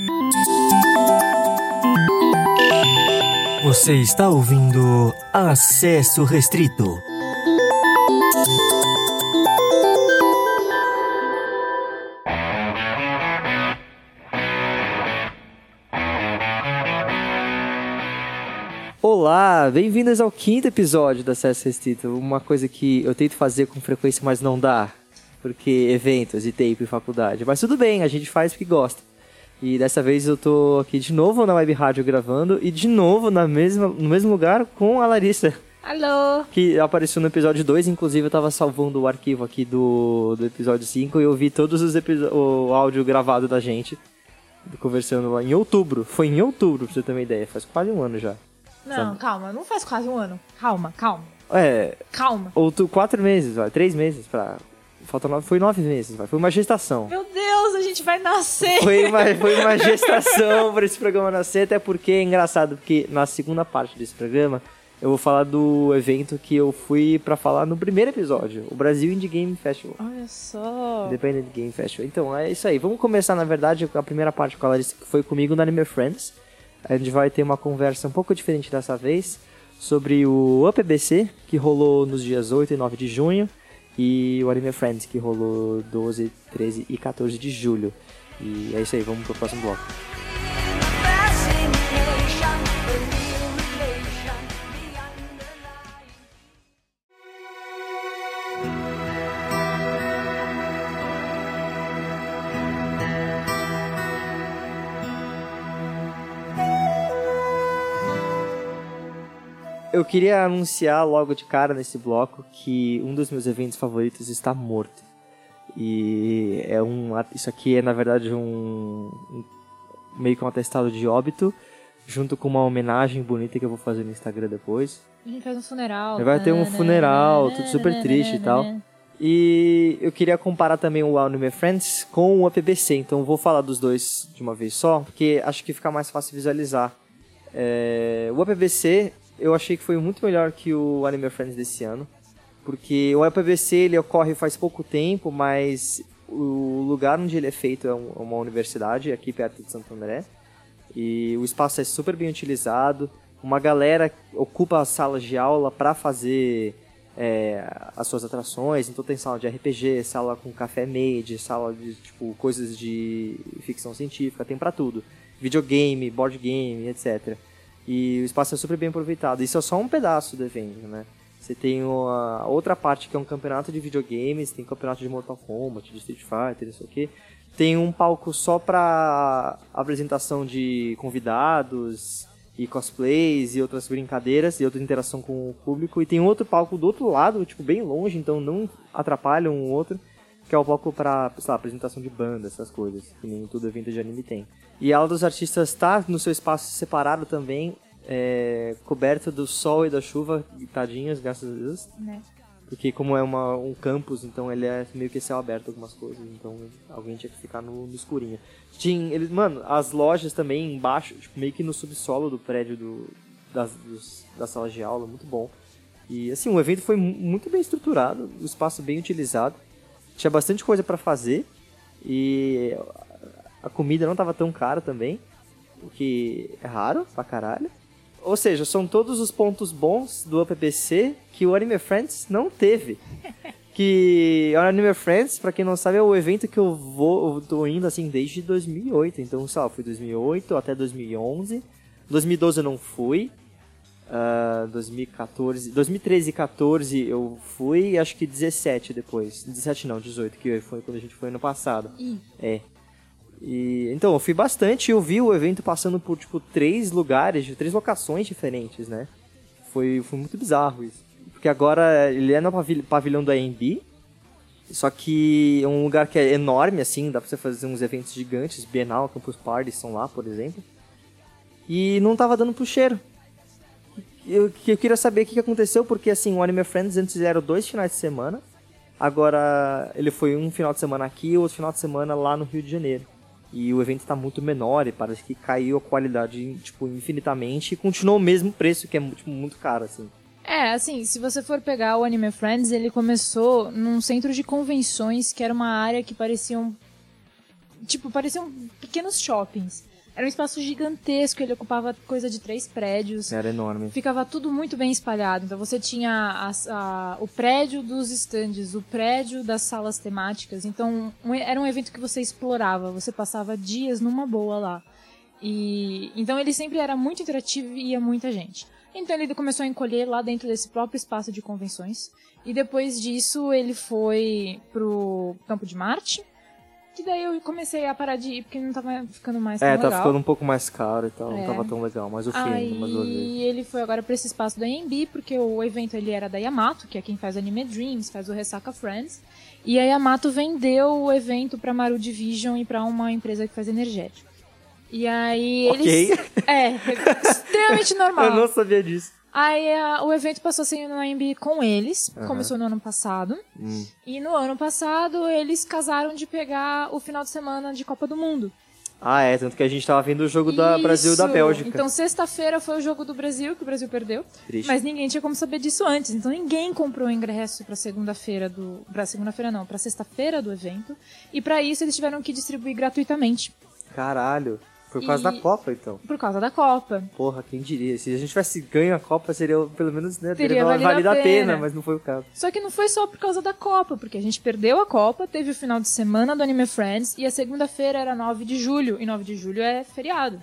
Você está ouvindo Acesso Restrito. Olá, bem-vindos ao 5º episódio do Acesso Restrito. Uma coisa que eu tento fazer com frequência, mas não dá, porque eventos e tempo e faculdade. Mas tudo bem, a gente faz porque gosta. E dessa vez eu tô aqui de novo na Web Rádio gravando e de novo no mesmo lugar com a Larissa. Alô! Que apareceu no episódio 2, inclusive eu tava salvando o arquivo aqui do episódio 5 e eu vi todos o áudio gravado da gente conversando lá em outubro. Foi em outubro, pra você ter uma ideia, faz quase um ano já. Não, sabe? Calma, não faz quase um ano. Calma. Calma. Ou 4 meses, 3 meses pra... Foi 9 meses, foi uma gestação. Meu Deus, a gente vai nascer! Foi uma gestação para esse programa nascer, até porque é engraçado, porque na segunda parte desse programa eu vou falar do evento que eu fui pra falar no primeiro episódio, o Brasil Indie Game Festival. Olha só! Independent Game Festival. Então, é isso aí. Vamos começar, na verdade, a primeira parte com a Larissa, que foi comigo no Anime Friends. A gente vai ter uma conversa um pouco diferente dessa vez sobre o UpBC, que rolou nos dias 8 e 9 de junho. E o Anime Friends, que rolou 12, 13 e 14 de julho. E é isso aí, vamos pro próximo bloco. Eu queria anunciar logo de cara nesse bloco que um dos meus eventos favoritos está morto. E isso aqui é, na verdade, meio que um atestado de óbito, junto com uma homenagem bonita que eu vou fazer no Instagram depois. A gente faz um funeral. Vai ter um funeral, tudo super triste e tal. E eu queria comparar também o Anime Friends com o UpBC, então eu vou falar dos dois de uma vez só, porque acho que fica mais fácil visualizar. O UpBC... eu achei que foi muito melhor que o Anime Friends desse ano, porque o UpBC ele ocorre faz pouco tempo, mas o lugar onde ele é feito é uma universidade aqui perto de Santo André, e o espaço é super bem utilizado, uma galera ocupa as salas de aula para fazer as suas atrações, então tem sala de RPG, sala com café made, sala de coisas de ficção científica, tem para tudo, videogame, board game, etc. E o espaço é super bem aproveitado. Isso é só um pedaço do evento, né? Você tem a outra parte que é um campeonato de videogames, tem campeonato de Mortal Kombat, de Street Fighter, não sei o quê. Tem um palco só para apresentação de convidados e cosplays e outras brincadeiras e outra interação com o público. E tem outro palco do outro lado, bem longe, então não atrapalha um outro, que é o palco para, apresentação de banda, essas coisas, que nem todo evento de anime tem. E a aula dos artistas está no seu espaço separado também, coberto do sol e da chuva, tadinhos, graças a Deus. Né? Porque como é um campus, então ele é meio que céu aberto algumas coisas, então alguém tinha que ficar no escurinho. As lojas também embaixo, meio que no subsolo do prédio das salas de aula, muito bom. E assim, o evento foi muito bem estruturado, o espaço bem utilizado, tinha bastante coisa para fazer, e a comida não estava tão cara também, o que é raro pra caralho. Ou seja, são todos os pontos bons do UpBC que o Anime Friends não teve. Que o Anime Friends, pra quem não sabe, é o evento que eu tô indo assim desde 2008. Então, sei lá, fui 2008 até 2011. 2012 eu não fui. 2013 e 2014 eu fui, acho que 17 depois. 17 não, 18, que foi quando a gente foi ano passado. Então, eu fui bastante e eu vi o evento passando por, 3 locações diferentes, né? Foi muito bizarro isso. Porque agora ele é no pavilhão da AMB, só que é um lugar que é enorme, assim, dá pra você fazer uns eventos gigantes, Bienal, Campus Party são lá, por exemplo. E não tava dando pro cheiro. Eu queria saber o que aconteceu, porque, assim, o Anime Friends antes era 2 finais de semana, agora ele foi um final de semana aqui e outro final de semana lá no Rio de Janeiro. E o evento tá muito menor e parece que caiu a qualidade, infinitamente e continuou o mesmo preço, que é, muito caro, assim. Assim, se você for pegar o Anime Friends, ele começou num centro de convenções que era uma área que pareciam pequenos shoppings. Era um espaço gigantesco, ele ocupava coisa de 3 prédios. Era enorme. Ficava tudo muito bem espalhado. Então você tinha o prédio dos estandes, o prédio das salas temáticas. Então era um evento que você explorava, você passava dias numa boa lá. Então ele sempre era muito interativo e ia muita gente. Então ele começou a encolher lá dentro desse próprio espaço de convenções. E depois disso ele foi pro Campo de Marte. Que daí eu comecei a parar de ir porque não tava ficando mais tão legal. Tá ficando um pouco mais caro e tal, não tava tão legal. Mas o fim, umas 2 vezes. E ele foi agora pra esse espaço da AMB, porque o evento ele era da Yamato, que é quem faz o Anime Dreams, faz o Ressaca Friends. E a Yamato vendeu o evento pra Maru Division e pra uma empresa que faz energético. E aí eles... extremamente normal. Eu não sabia disso. Aí o evento passou a ser no AMB com eles, começou no ano passado. E no ano passado eles casaram de pegar o final de semana de Copa do Mundo. Tanto que a gente tava vendo o jogo do Brasil e da Bélgica. Então sexta-feira foi o jogo do Brasil, que o Brasil perdeu. Triste. Mas ninguém tinha como saber disso antes. Então ninguém comprou o ingresso pra segunda-feira pra sexta-feira do evento. E pra isso eles tiveram que distribuir gratuitamente. Caralho. Por causa da Copa, então. Por causa da Copa. Porra, quem diria? Se a gente tivesse ganho a Copa, seria pelo menos, né? Teria valido a pena, mas não foi o caso. Só que não foi só por causa da Copa, porque a gente perdeu a Copa, teve o final de semana do Anime Friends, e a segunda-feira era 9 de julho, e 9 de julho é feriado.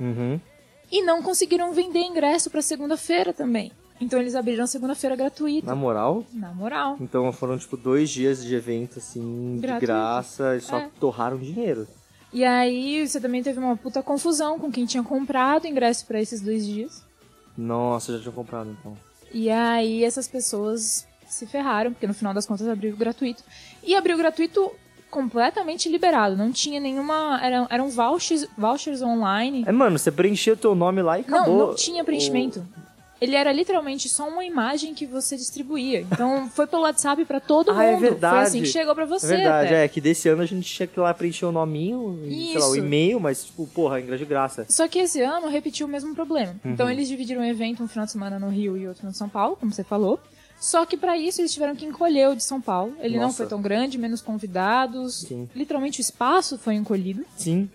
E não conseguiram vender ingresso pra segunda-feira também. Então eles abriram a segunda-feira gratuita. Na moral? Na moral. Então foram, 2 dias de evento, assim, gratuito. De graça, e só torraram dinheiro. E aí, você também teve uma puta confusão com quem tinha comprado ingresso pra esses 2 dias. Nossa, já tinha comprado, então. E aí, essas pessoas se ferraram, porque no final das contas abriu gratuito. E abriu gratuito completamente liberado, não tinha nenhuma... Eram vouchers online. Mano, você preencheu o teu nome lá e acabou. Não tinha preenchimento. Ele era literalmente só uma imagem que você distribuía. Então, foi pelo WhatsApp pra todo mundo. É verdade. Foi assim que chegou pra você. É verdade, que desse ano a gente tinha que ir lá preencher o nominho, sei lá, o e-mail, mas, ingresso de graça. Só que esse ano repetiu o mesmo problema. Então, eles dividiram o evento um final de semana no Rio e outro no São Paulo, como você falou. Só que pra isso eles tiveram que encolher o de São Paulo. Ele não foi tão grande, menos convidados. Sim. Literalmente o espaço foi encolhido. Sim.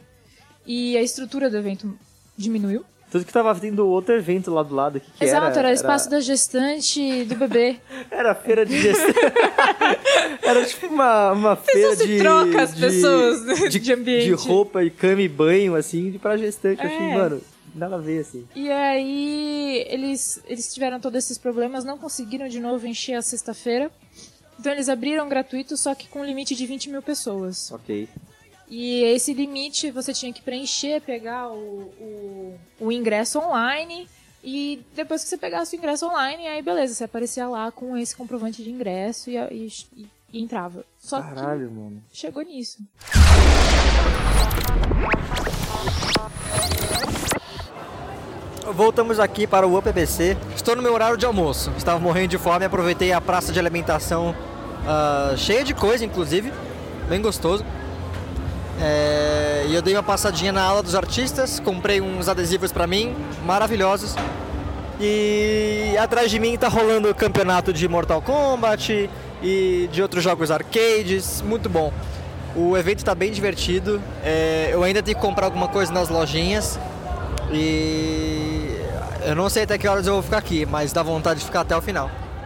E a estrutura do evento diminuiu. Tudo que tava tendo outro evento lá do lado. Que Exato, era espaço da gestante do bebê. Era feira de gestante. Era tipo uma feira de... troca as pessoas de ambiente. De roupa e cama e banho, assim, pra gestante. Eu achei, mano, nada a ver, assim. E aí, eles tiveram todos esses problemas, não conseguiram de novo encher a sexta-feira. Então eles abriram gratuito, só que com um limite de 20 mil pessoas. Ok. E esse limite você tinha que preencher, pegar o ingresso online. E depois que você pegasse o ingresso online, aí beleza, você aparecia lá com esse comprovante de ingresso e entrava. Só Caralho, que mano. chegou nisso. Voltamos aqui para o UPBC. Estou no meu horário de almoço. Estava morrendo de fome, aproveitei a praça de alimentação cheia de coisa, inclusive. Bem gostoso. E eu dei uma passadinha na aula dos artistas, comprei uns adesivos pra mim, maravilhosos. E atrás de mim tá rolando o campeonato de Mortal Kombat e de outros jogos arcades, muito bom. O evento tá bem divertido, eu ainda tenho que comprar alguma coisa nas lojinhas e eu não sei até que horas eu vou ficar aqui, mas dá vontade de ficar até o final.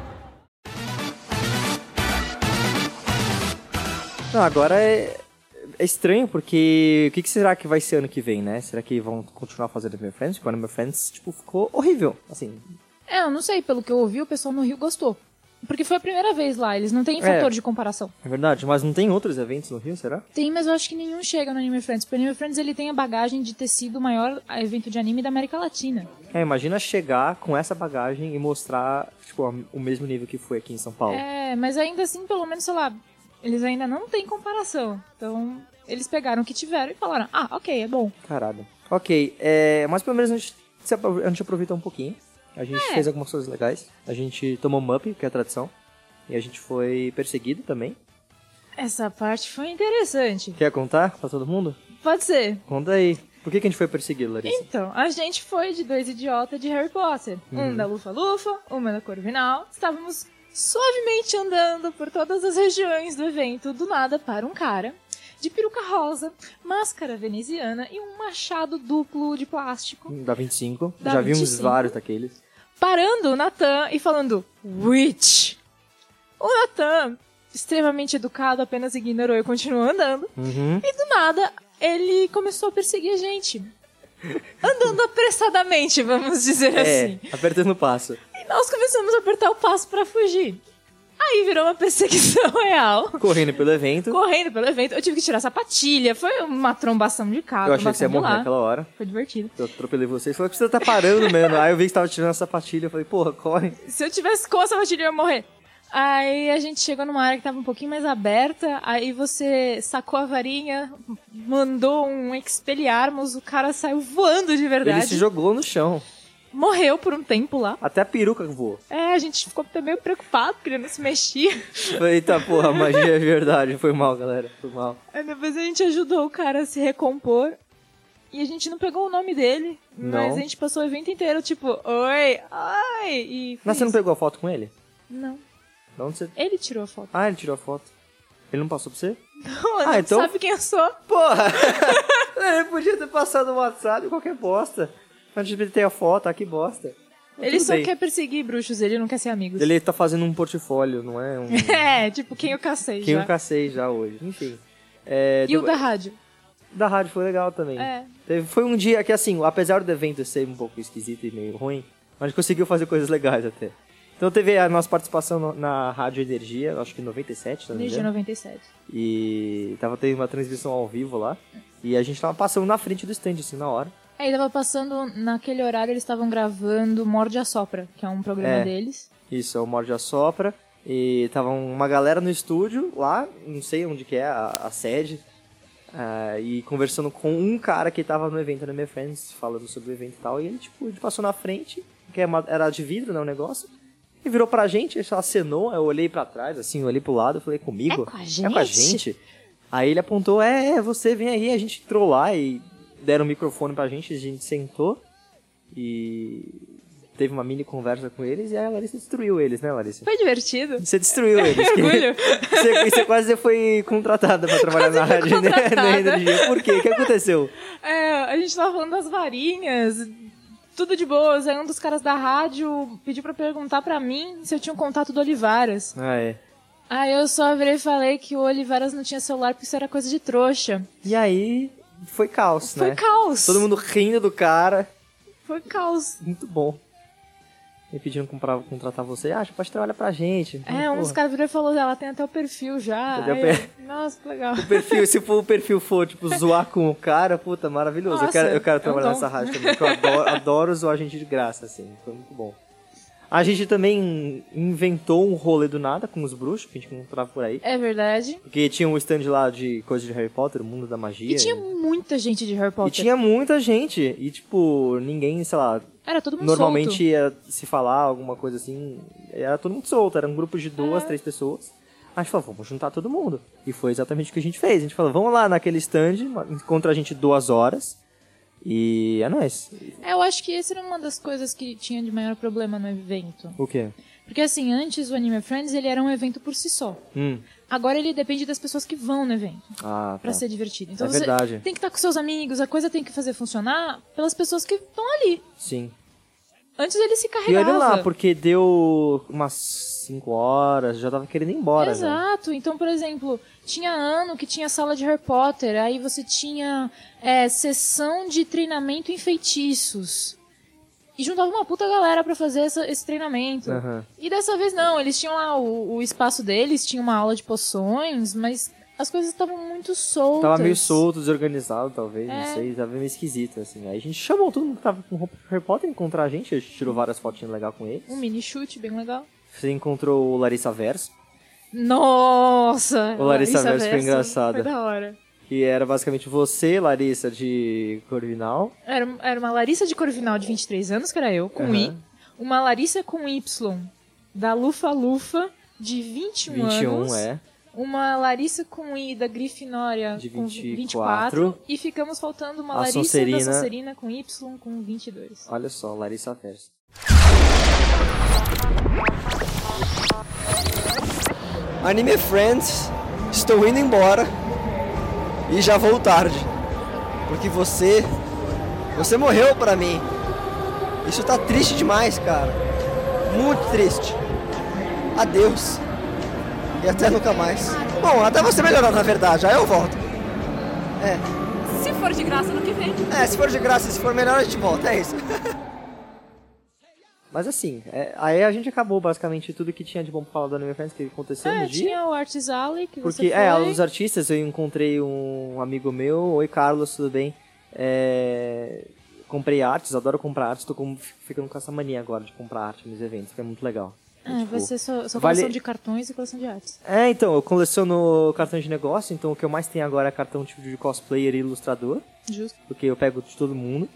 Não, agora é estranho, porque o que será que vai ser ano que vem, né? Será que vão continuar fazendo Anime Friends? Porque o Anime Friends, ficou horrível, assim. Eu não sei, pelo que eu ouvi, o pessoal no Rio gostou. Porque foi a primeira vez lá, eles não têm fator de comparação. É verdade, mas não tem outros eventos no Rio, será? Tem, mas eu acho que nenhum chega no Anime Friends. Porque o Anime Friends, ele tem a bagagem de ter sido o maior evento de anime da América Latina. Imagina chegar com essa bagagem e mostrar, o mesmo nível que foi aqui em São Paulo. Mas ainda assim, pelo menos, sei lá, eles ainda não têm comparação. Então, eles pegaram o que tiveram e falaram, ok, é bom. Caralho. Ok, mas pelo menos a gente aproveitou um pouquinho. A gente fez algumas coisas legais. A gente tomou mup, que é a tradição. E a gente foi perseguido também. Essa parte foi interessante. Quer contar pra todo mundo? Pode ser. Conta aí. Por que a gente foi perseguido, Larissa? Então, a gente foi de 2 idiotas de Harry Potter. Um da Lufa-Lufa, uma da Corvinal. Estávamos suavemente andando por todas as regiões do evento, do nada para um cara de peruca rosa, máscara veneziana e um machado duplo de plástico. Da 25. Da Já vi uns 25. vários daqueles. Parando o Natan e falando, Witch! O Natan, extremamente educado, apenas ignorou e continuou andando. Uhum. E do nada, ele começou a perseguir a gente. Andando apressadamente, vamos dizer assim. Apertando o passo. E nós começamos a apertar o passo pra fugir. Aí virou uma perseguição real. Correndo pelo evento. Correndo pelo evento. Eu tive que tirar a sapatilha. Foi uma trombação de carro. Eu achei que você ia morrer lá. naquela hora. Foi divertido. Eu atropelei vocês. Falei que você tá parando, mano. Aí eu vi que você tava tirando a sapatilha. Eu falei, porra, corre. Se eu tivesse com a sapatilha, eu ia morrer. Aí a gente chegou numa área que tava um pouquinho mais aberta. Aí você sacou a varinha, mandou um Expelliarmus. O cara saiu voando de verdade. Ele se jogou no chão. Morreu por um tempo lá. Até a peruca voou. A gente ficou até meio preocupado, porque ele não se mexia. Falei, eita porra, a magia é verdade. Foi mal, galera. Foi mal. Aí depois a gente ajudou o cara a se recompor. E a gente não pegou o nome dele. Não. Mas a gente passou o evento inteiro, tipo, oi, ai. E Mas você não pegou a foto com ele? Não. De onde você... Ele tirou a foto. Ah, ele tirou a foto. Ele não passou pra você? Não, ele então- sabe quem eu sou. Porra! Ele podia ter passado no WhatsApp, qualquer bosta. Antes de ter a foto, que bosta. Mas Ele tudo só bem. quer perseguir bruxos, ele não quer ser amigos. Ele tá fazendo um portfólio, não é? Tipo, quem eu cacei Quem já. eu cacei já hoje. Enfim. E o da rádio? Da rádio foi legal também. Foi um dia que, assim, apesar do evento ser um pouco esquisito e meio ruim, a gente conseguiu fazer coisas legais até. Então teve a nossa participação na Rádio Energia, acho que em 97, não me Desde engano. 97. E teve uma transmissão ao vivo lá. E a gente tava passando na frente do stand, assim, na hora. Aí tava passando, naquele horário eles estavam gravando Morde a Sopra, que é um programa deles. Isso, é o Morde a Sopra. E tava uma galera no estúdio lá, não sei onde que é a sede. E conversando com um cara que tava no evento, na minha Friends, falando sobre o evento e tal. E ele, tipo, passou na frente, que era de vidro, né, o negócio. E virou pra gente, ele acenou, eu olhei pra trás, assim, eu olhei pro lado, eu falei, comigo? É com a gente? É com a gente? Aí ele apontou, você, vem aí. A gente entrou lá e deram o microfone pra gente, a gente sentou. E teve uma mini conversa com eles e aí a Larissa destruiu eles, né, Larissa? Foi divertido. Você destruiu eles. Orgulho. Você quase foi contratada pra trabalhar na rádio, né, na Energia. Por quê? O que aconteceu? A gente tava falando das varinhas, tudo de boas. Aí um dos caras da rádio pediu pra perguntar pra mim se eu tinha um contato do Olivaras. Aí eu só virei e falei que o Olivaras não tinha celular porque isso era coisa de trouxa. E aí, foi caos, né? Foi caos. Todo mundo rindo do cara. Foi caos. Muito bom. Me pedindo pra contratar você. Você pode trabalhar pra gente. Um dos caras virou e falou, ela tem até o perfil já. Nossa, que legal. O perfil, se o perfil for, tipo, zoar com o cara, puta, maravilhoso. Nossa, eu quero trabalhar bom. nessa rádio também, porque eu adoro zoar gente de graça, assim. Foi muito bom. A gente também inventou um rolê do nada com os bruxos, que a gente encontrava por aí. É verdade. Porque tinha um stand lá de coisa de Harry Potter, o mundo da magia. E tinha muita gente de Harry E Potter. tinha muita gente. E, tipo, ninguém, sei lá... Era todo mundo Normalmente solto. ia se falar alguma coisa assim, era todo mundo solto, era um grupo de 2, 3 pessoas. A gente falou, vamos juntar todo mundo. E foi exatamente o que a gente fez. A gente falou, vamos lá naquele stand, encontra a gente 2 horas e é nóis. Eu acho que essa era uma das coisas que tinha de maior problema no evento. O quê? Porque assim, antes o Anime Friends ele era um evento por si só. Agora ele depende das pessoas que vão no evento. Pra ser divertido. Então você verdade. tem que estar com seus amigos, a coisa tem que fazer funcionar pelas pessoas que estão ali. Sim. Antes ele se E carregava. olha lá, porque deu umas 5 horas, já tava querendo ir embora. Exato. Então, por exemplo, tinha ano que tinha sala de Harry Potter, aí você tinha sessão de treinamento em feitiços. E juntava uma puta galera pra fazer esse treinamento. E dessa vez não, eles tinham lá o espaço deles, tinha uma aula de poções, mas as coisas estavam muito soltas. Tava meio solto, desorganizado, talvez, não sei, tava meio esquisito, assim. Aí a gente chamou todo mundo que tava com roupa de Harry Potter encontrar a gente tirou várias fotinhas legais com eles. Um mini chute bem legal. Você encontrou o Larissa Verso. Nossa! O Larissa Verso foi engraçado. Foi da hora. Que era basicamente você, Larissa, de Corvinal. Era uma Larissa de Corvinal de 23 anos, que era eu, com I. Uma Larissa com Y, da Lufa Lufa, de 21 anos. Uma Larissa com I da Grifinória de com 24. E ficamos faltando uma Larissa da Sonserina com Y com 22. Olha só, Larissa Verso. Anime Friends, estou indo embora. E já vou tarde. Porque você morreu pra mim. Isso tá triste demais, cara. Muito triste. Adeus. E até nunca mais. Bom, até você melhorar, na verdade. Aí eu volto. Se for de graça no que vem. Se for de graça, se for melhor, a gente volta. É isso. Mas assim, aí a gente acabou basicamente tudo que tinha de bom pra falar do Anime Friends que aconteceu no dia. Tinha o Arts Alley que Porque, você foi. aula dos artistas, eu encontrei um amigo meu. Oi, Carlos, tudo bem? Comprei artes, adoro comprar artes. Tô ficando com essa mania agora de comprar arte nos eventos, que é muito legal. Vai ser sua coleção de cartões e coleção de artes. Então, eu coleciono cartões de negócio, então o que eu mais tenho agora é cartão tipo de cosplayer e ilustrador. Justo. Porque eu pego de todo mundo.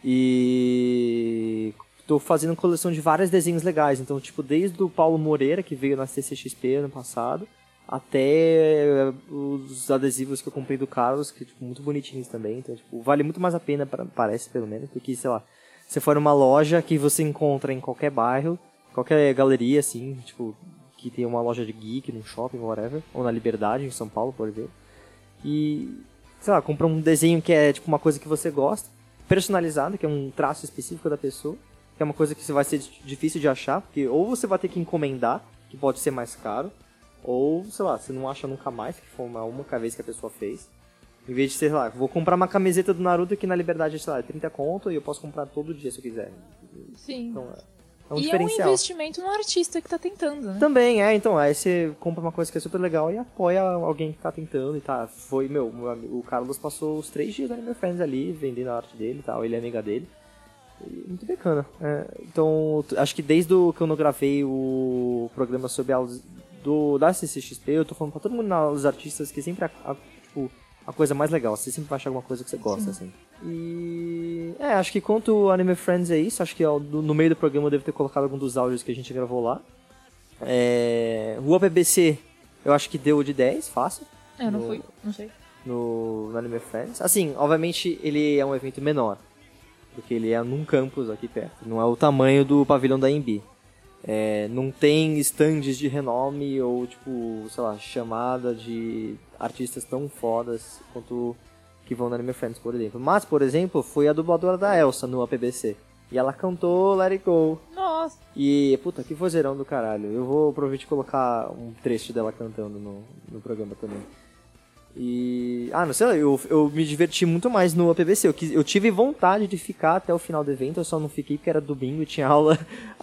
E tô fazendo coleção de vários desenhos legais. Então, tipo, desde o Paulo Moreira, que veio na CCXP ano passado, até os adesivos que eu comprei do Carlos, que tipo, muito bonitinhos também. Então, tipo, vale muito mais a pena, parece pelo menos, porque, sei lá, você for numa loja que você encontra em qualquer bairro, qualquer galeria, assim, tipo, que tem uma loja de geek, num shopping, whatever, ou na Liberdade, em São Paulo, por exemplo. E, sei lá, compra um desenho que é, tipo, uma coisa que você gosta, personalizado, que é um traço específico da pessoa, que é uma coisa que vai ser difícil de achar, porque ou você vai ter que encomendar, que pode ser mais caro, ou, sei lá, você não acha nunca mais, que foi uma única vez que a pessoa fez. Em vez de, sei lá, vou comprar uma camiseta do Naruto que na Liberdade, sei lá, é 30 conto e eu posso comprar todo dia se eu quiser. Sim. Então, é um e diferencial. É um investimento no artista que tá tentando, né? Também, então, aí você compra uma coisa que é super legal e apoia alguém que tá tentando e tá. Foi, o Carlos passou os 3 dias do Anime Friends ali, vendendo a arte dele e tal, ele é amiga dele. E muito bacana. Então, acho que desde que eu não gravei o programa sobre aulas da CCXP, eu tô falando pra todo mundo dos artistas que sempre tipo, a coisa mais legal, você sempre vai achar alguma coisa que você gosta, assim. E... acho que quanto ao Anime Friends é isso, acho que no meio do programa eu devo ter colocado algum dos áudios que a gente gravou lá. Rua PBC, eu acho que deu de 10, fácil. Não fui, não sei. No Anime Friends. Assim, obviamente ele é um evento menor, porque ele é num campus aqui perto, não é o tamanho do pavilhão da AMB. Não tem stands de renome ou, tipo, sei lá, chamada de artistas tão fodas quanto que vão no Anime Friends, por exemplo. Mas, por exemplo, foi a dubladora da Elsa no APBC. E ela cantou Let It Go. Nossa! E, puta, que vozeirão do caralho. Eu vou provavelmente colocar um trecho dela cantando no programa também. E... não sei lá, eu me diverti muito mais no APBC. Eu tive vontade de ficar até o final do evento, eu só não fiquei porque era domingo e tinha aula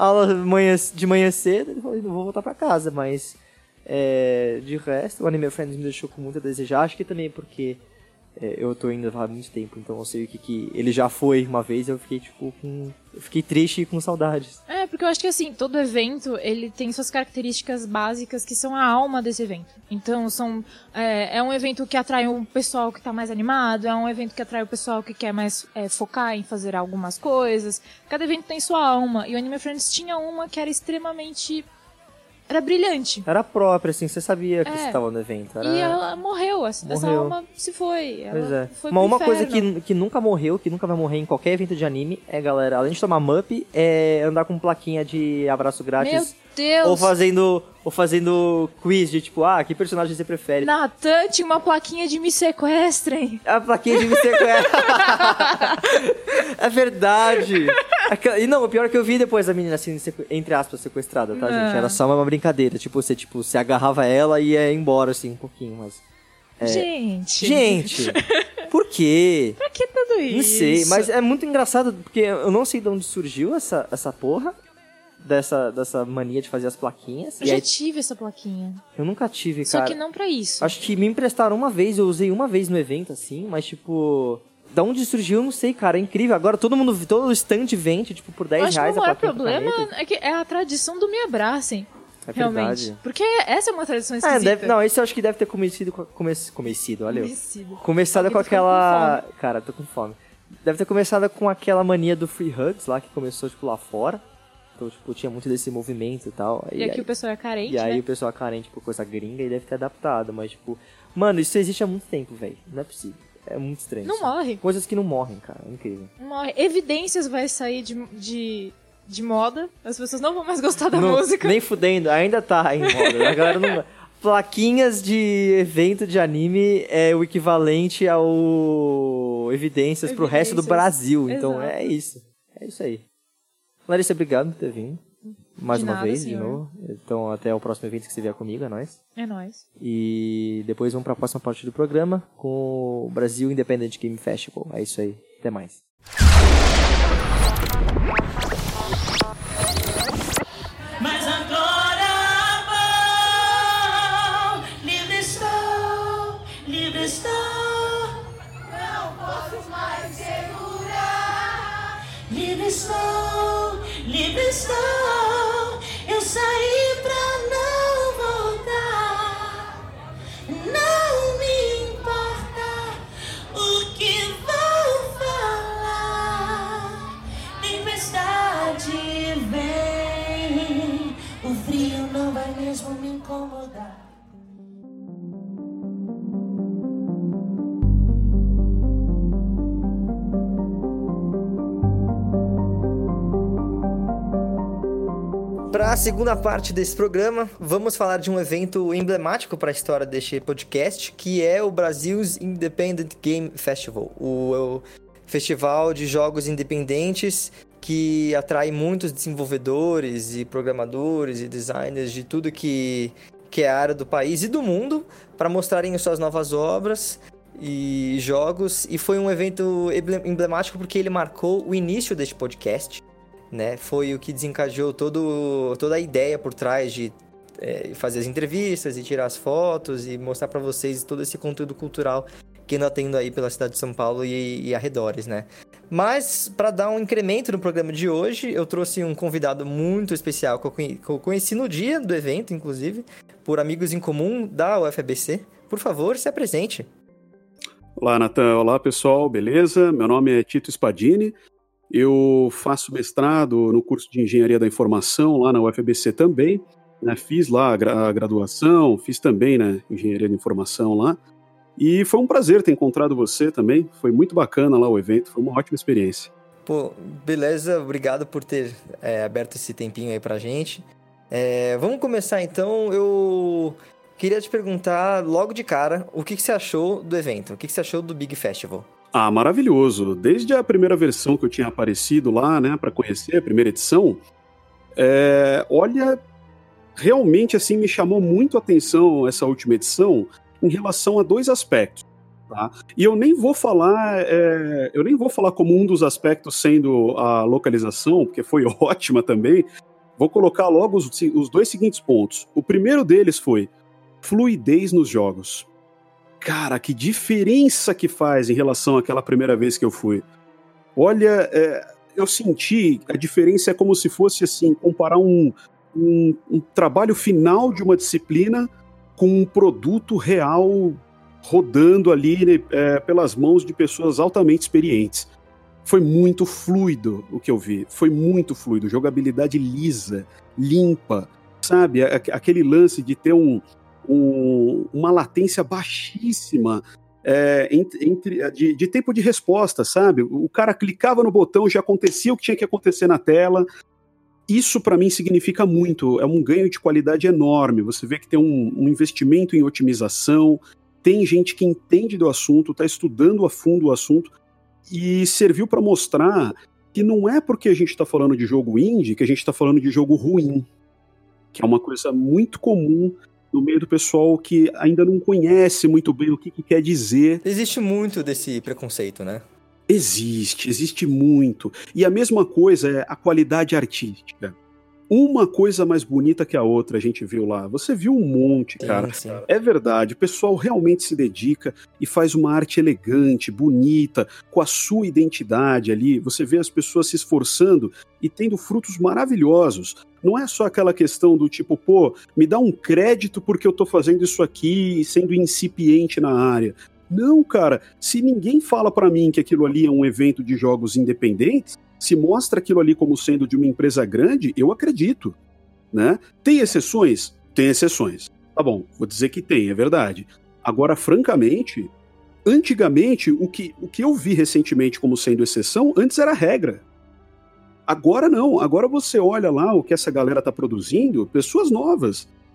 de manhã cedo. Eu falei, não vou voltar pra casa, mas... de resto, o Anime Friends me deixou com muito a desejar. Acho que também porque eu tô indo há muito tempo, então eu sei o que ele já foi uma vez. Eu fiquei tipo eu fiquei triste e com saudades. Porque eu acho que assim, todo evento ele tem suas características básicas que são a alma desse evento. Então é um evento que atrai o pessoal que tá mais animado, é um evento que atrai o pessoal que quer mais focar em fazer algumas coisas. Cada evento tem sua alma, e o Anime Friends tinha uma que era extremamente... Era brilhante. Era própria, assim, você sabia que você estava no evento. E ela morreu, essa alma se foi. Ela foi pro uma coisa inferno. que nunca morreu, que nunca vai morrer em qualquer evento de anime, galera, além de tomar MUP, andar com plaquinha de abraço grátis. Meu Deus! Ou fazendo quiz de tipo, que personagem você prefere? Natan tinha uma plaquinha de me sequestrem. A plaquinha de me sequestrem. É verdade. E não, o pior é que eu vi depois a menina assim, entre aspas, sequestrada, tá, gente? Era só uma brincadeira. Tipo, você agarrava ela e ia embora, assim, um pouquinho, mas... Gente! Por quê? Pra que tudo isso? Não sei, mas é muito engraçado, porque eu não sei de onde surgiu essa porra dessa mania de fazer as plaquinhas. Eu já tive essa plaquinha. Eu nunca tive, cara. Só que não pra isso. Acho que me emprestaram uma vez, eu usei uma vez no evento, assim, mas tipo... Da onde surgiu, eu não sei, cara, é incrível. Agora todo o stand vende, tipo, por 10 reais a plaquinha. Acho que o maior problema é que é a tradição do me abracem. É realmente. Verdade. Porque essa é uma tradição esquisita. Não, esse eu acho que deve ter começado olha. Começado com tô aquela... Cara, tô com fome. Deve ter começado com aquela mania do Free Hugs lá, que começou, tipo, lá fora. Então, tipo, tinha muito desse movimento e tal. E aqui o pessoal é carente, E aí né? o pessoal é carente por coisa gringa e deve ter adaptado. Mas, tipo... Mano, isso existe há muito tempo, velho. Não é possível. É muito estranho. Não morre. Coisas que não morrem, cara. É incrível. Não morre. Evidências vai sair de moda. As pessoas não vão mais gostar da música. Nem fudendo. Ainda tá em moda. A galera não... plaquinhas de evento de anime é o equivalente ao evidências pro resto do Brasil. Então Exato. é isso. É isso aí. Larissa, obrigado por ter vindo. Mais De uma nada, vez, senhor. de novo. Então até o próximo evento que você vier comigo, é nóis. É nóis. E depois vamos pra próxima parte do programa com o Brasil Independent Game Festival. É isso aí. Até mais. Mas agora vou, livre estou, não posso mais segurar. Livre estou, eu saí pra não voltar. Não me importa o que vão falar. Tempestade vem, o frio não vai mesmo me incomodar. Para a segunda parte desse programa, vamos falar de um evento emblemático para a história deste podcast, que é o Brasil's Independent Game Festival, o festival de jogos independentes que atrai muitos desenvolvedores e programadores e designers de tudo que é a área do país e do mundo para mostrarem suas novas obras e jogos. E foi um evento emblemático porque ele marcou o início deste podcast. Né? Foi o que desencadeou toda a ideia por trás de fazer as entrevistas e tirar as fotos e mostrar para vocês todo esse conteúdo cultural que anda tendo aí pela cidade de São Paulo e arredores, né? Mas, para dar um incremento no programa de hoje, eu trouxe um convidado muito especial que eu conheci no dia do evento, inclusive, por amigos em comum da UFABC. Por favor, se apresente. Olá, Natan. Olá, pessoal. Beleza? Meu nome é Tito Spadini. Eu faço mestrado no curso de Engenharia da Informação lá na UFABC também, né? Fiz lá a graduação, fiz também, né, Engenharia da Informação lá, e foi um prazer ter encontrado você também, foi muito bacana lá o evento, foi uma ótima experiência. Pô, beleza, obrigado por ter aberto esse tempinho aí pra gente. Vamos começar então, eu queria te perguntar logo de cara, o que você achou do evento, o que você achou do Big Festival? Ah, maravilhoso. Desde a primeira versão que eu tinha aparecido lá, né, para conhecer a primeira edição, olha, realmente assim me chamou muito a atenção essa última edição em relação a dois aspectos, tá? E eu nem vou falar como um dos aspectos sendo a localização, porque foi ótima também. Vou colocar logo os dois seguintes pontos. O primeiro deles foi fluidez nos jogos. Cara, que diferença que faz em relação àquela primeira vez que eu fui. Olha, eu senti a diferença, é como se fosse assim, comparar um trabalho final de uma disciplina com um produto real rodando ali pelas mãos de pessoas altamente experientes. Foi muito fluido o que eu vi, foi muito fluido, jogabilidade lisa, limpa, sabe? Aquele lance de ter uma latência baixíssima de tempo de resposta, sabe? O cara clicava no botão, já acontecia o que tinha que acontecer na tela. Isso para mim significa muito, é um ganho de qualidade enorme. Você vê que tem um investimento em otimização, tem gente que entende do assunto, está estudando a fundo o assunto, e serviu para mostrar que não é porque a gente está falando de jogo indie que a gente está falando de jogo ruim, que é uma coisa muito comum no meio do pessoal que ainda não conhece muito bem o que quer dizer. Existe muito desse preconceito, né? Existe muito. E a mesma coisa é a qualidade artística. Uma coisa mais bonita que a outra a gente viu lá. Você viu um monte, cara. Sim. É verdade, o pessoal realmente se dedica e faz uma arte elegante, bonita, com a sua identidade ali. Você vê as pessoas se esforçando e tendo frutos maravilhosos. Não é só aquela questão do tipo, pô, me dá um crédito porque eu tô fazendo isso aqui sendo incipiente na área. Não, cara, se ninguém fala pra mim que aquilo ali é um evento de jogos independentes, se mostra aquilo ali como sendo de uma empresa grande, eu acredito, né? Tem exceções? Tem exceções. Tá bom, vou dizer que tem, é verdade. Agora, francamente, antigamente, o que eu vi recentemente como sendo exceção, antes era regra. Agora não, agora você olha lá o que essa galera tá produzindo, pessoas novas,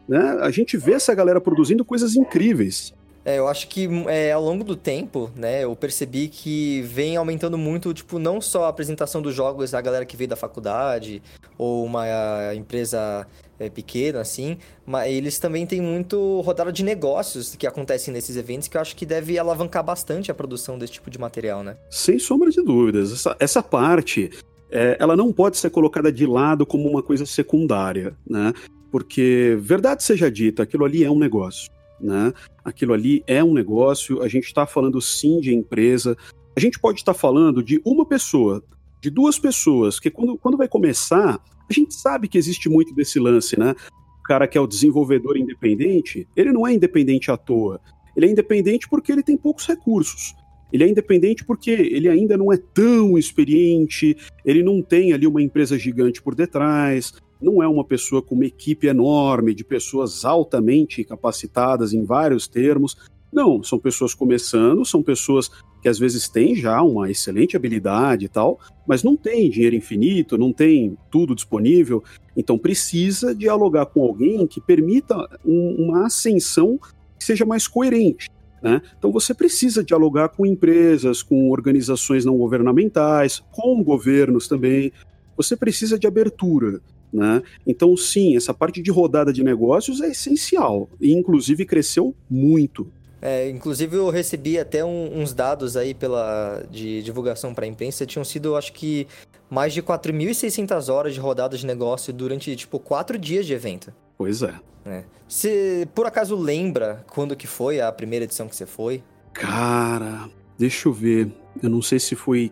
né? A gente vê essa galera produzindo coisas incríveis. Eu acho que ao longo do tempo, né, eu percebi que vem aumentando muito, tipo, não só a apresentação dos jogos da galera que veio da faculdade ou uma empresa pequena, assim, mas eles também têm muito rodada de negócios que acontecem nesses eventos que eu acho que deve alavancar bastante a produção desse tipo de material, né? Sem sombra de dúvidas. Essa parte, ela não pode ser colocada de lado como uma coisa secundária, né? Porque, verdade seja dita, aquilo ali é um negócio. Né? Aquilo ali é um negócio, a gente está falando sim de empresa, a gente pode estar falando de uma pessoa, de duas pessoas, que quando vai começar, a gente sabe que existe muito desse lance, né? O cara que é o desenvolvedor independente, ele não é independente à toa, ele é independente porque ele tem poucos recursos, ele é independente porque ele ainda não é tão experiente, ele não tem ali uma empresa gigante por detrás, não é uma pessoa com uma equipe enorme de pessoas altamente capacitadas em vários termos. Não, são pessoas começando, são pessoas que às vezes têm já uma excelente habilidade e tal, mas não tem dinheiro infinito, não tem tudo disponível, então precisa dialogar com alguém que permita uma ascensão que seja mais coerente. Né? Então você precisa dialogar com empresas, com organizações não governamentais, com governos também, você precisa de abertura. Né? Então, sim, essa parte de rodada de negócios é essencial e, inclusive, cresceu muito. Inclusive, eu recebi até uns dados aí de divulgação para a imprensa. Tinham sido, acho que, mais de 4.600 horas de rodada de negócio durante, 4 dias de evento. Pois é. Você, por acaso, lembra quando que foi a primeira edição que você foi? Cara, deixa eu ver. Eu não sei se foi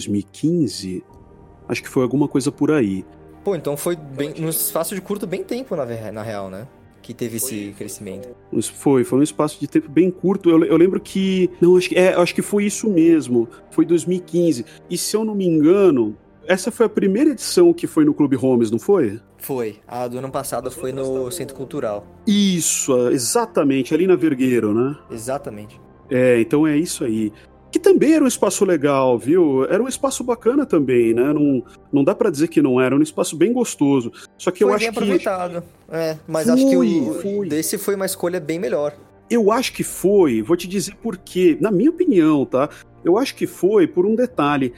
2015. Acho que foi alguma coisa por aí. Pô, então foi num espaço de curto bem tempo, na real, né? Que teve esse crescimento. Foi um espaço de tempo bem curto. Eu lembro que... Não, acho que foi isso mesmo. Foi 2015. E se eu não me engano, essa foi a primeira edição que foi no Clube Holmes, não foi? Foi. A do ano passado foi no Centro Cultural. Isso, exatamente. Ali na Vergueiro, né? Exatamente. Então é isso aí. Que também era um espaço legal, viu? Era um espaço bacana também, né? Não dá pra dizer que não era, um espaço bem gostoso. Só que eu acho que... Foi bem aproveitado. Mas acho que desse foi uma escolha bem melhor. Eu acho que foi, vou te dizer por quê. Na minha opinião, tá? Eu acho que foi por um detalhe.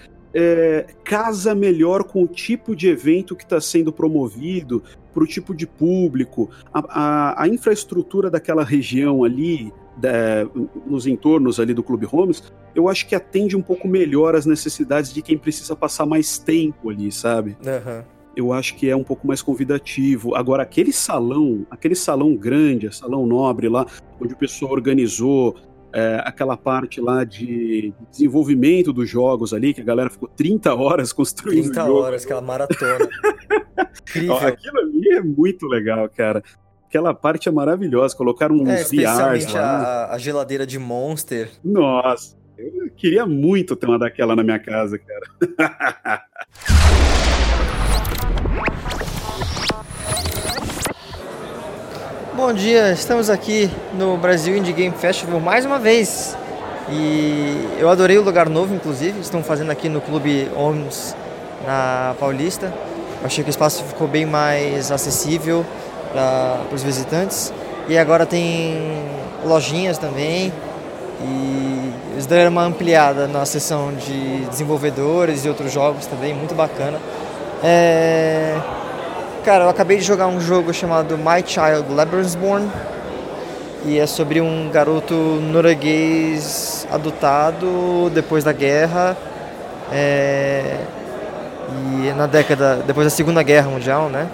Casa melhor com o tipo de evento que está sendo promovido, pro tipo de público. A infraestrutura daquela região ali... nos entornos ali do Clube Holmes, eu acho que atende um pouco melhor às necessidades de quem precisa passar mais tempo ali, sabe? Uhum. Eu acho que é um pouco mais convidativo. Agora, aquele salão grande, salão nobre lá, onde o pessoal organizou aquela parte lá de desenvolvimento dos jogos ali, que a galera ficou 30 horas construindo 30 horas, aquela maratona. Incrível. Aquilo ali é muito legal, cara. Aquela parte é maravilhosa, colocaram uns especialmente VRs lá. A geladeira de Monster. Nossa, eu queria muito ter uma daquela na minha casa, cara. Bom dia, estamos aqui no Brasil Indie Game Festival mais uma vez. E eu adorei o lugar novo, inclusive. Estão fazendo aqui no Clube Holmes, na Paulista. Eu achei que o espaço ficou bem mais acessível para os visitantes. E agora tem lojinhas também. E eles deram uma ampliada na seção de desenvolvedores e outros jogos também, muito bacana. Cara, eu acabei de jogar um jogo chamado My Child Labyrinthborn. E é sobre um garoto norueguês adotado depois da guerra. E depois da Segunda Guerra Mundial, né?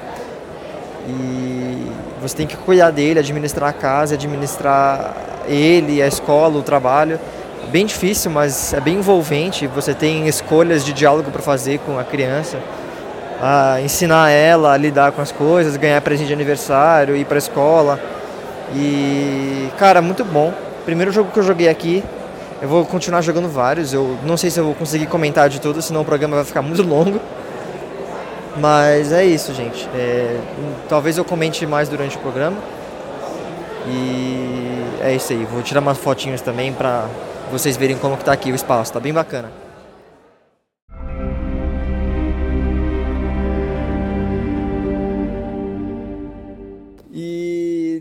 E você tem que cuidar dele, administrar a casa, administrar ele, a escola, o trabalho. Bem difícil, mas é bem envolvente. Você tem escolhas de diálogo para fazer com a criança, ensinar ela a lidar com as coisas, ganhar presente de aniversário, ir para a escola. E, cara, muito bom. Primeiro jogo que eu joguei aqui. Eu vou continuar jogando vários. Eu não sei se eu vou conseguir comentar de todos, senão o programa vai ficar muito longo. Mas é isso, gente. Talvez eu comente mais durante o programa. E é isso aí. Vou tirar umas fotinhas também pra vocês verem como que tá aqui o espaço. Tá bem bacana. E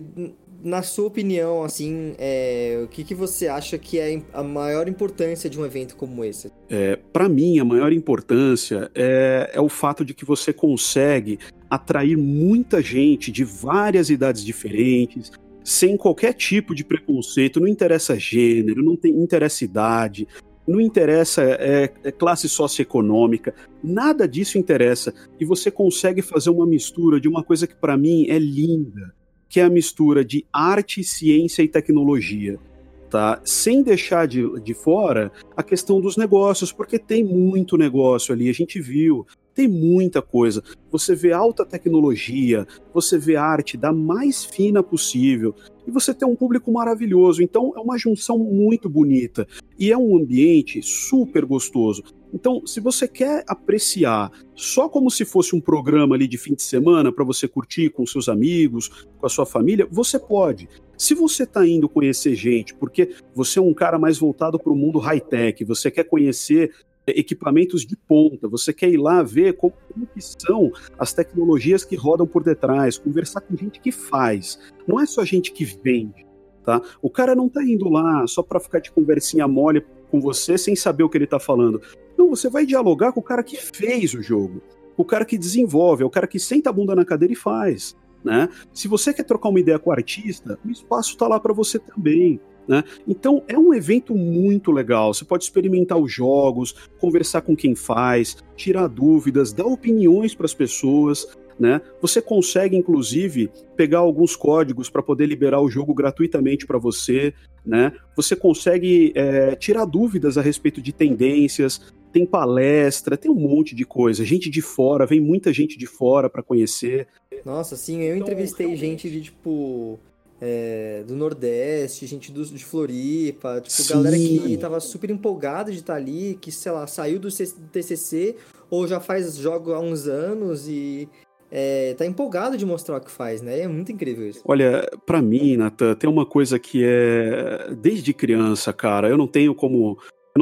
na sua opinião, assim, o que você acha que é a maior importância de um evento como esse? Para mim, a maior importância é o fato de que você consegue atrair muita gente de várias idades diferentes, sem qualquer tipo de preconceito, não interessa gênero, não interessa idade, não interessa classe socioeconômica, nada disso interessa. E você consegue fazer uma mistura de uma coisa que para mim é linda, que é a mistura de arte, ciência e tecnologia, tá? Sem deixar de fora a questão dos negócios, porque tem muito negócio ali, a gente viu, tem muita coisa. Você vê alta tecnologia, você vê arte da mais fina possível, e você tem um público maravilhoso. Então é uma junção muito bonita, e é um ambiente super gostoso. Então, se você quer apreciar só como se fosse um programa ali de fim de semana para você curtir com seus amigos, com a sua família, você pode. Se você está indo conhecer gente, porque você é um cara mais voltado para o mundo high-tech, você quer conhecer equipamentos de ponta, você quer ir lá ver como que são as tecnologias que rodam por detrás, conversar com gente que faz, não é só gente que vende, tá? O cara não está indo lá só para ficar de conversinha mole com você sem saber o que ele está falando. Não, você vai dialogar com o cara que fez o jogo, o cara que desenvolve, é o cara que senta a bunda na cadeira e faz, né? Se você quer trocar uma ideia com o artista, o espaço está lá para você também, né? Então é um evento muito legal, você pode experimentar os jogos, conversar com quem faz, tirar dúvidas, dar opiniões para as pessoas, né? Você consegue inclusive pegar alguns códigos para poder liberar o jogo gratuitamente para você, né? Você consegue tirar dúvidas a respeito de tendências, tem palestra, tem um monte de coisa, gente de fora, vem muita gente de fora para conhecer. Nossa, sim, eu entrevistei gente de tipo do Nordeste, gente de Floripa, tipo, Sim. Galera que tava super empolgada de estar ali, que, sei lá, saiu do TCC ou já faz jogo há uns anos e tá empolgado de mostrar o que faz, né? É muito incrível isso. Olha, pra mim, Nathan, tem uma coisa que é desde criança, cara, eu não tenho como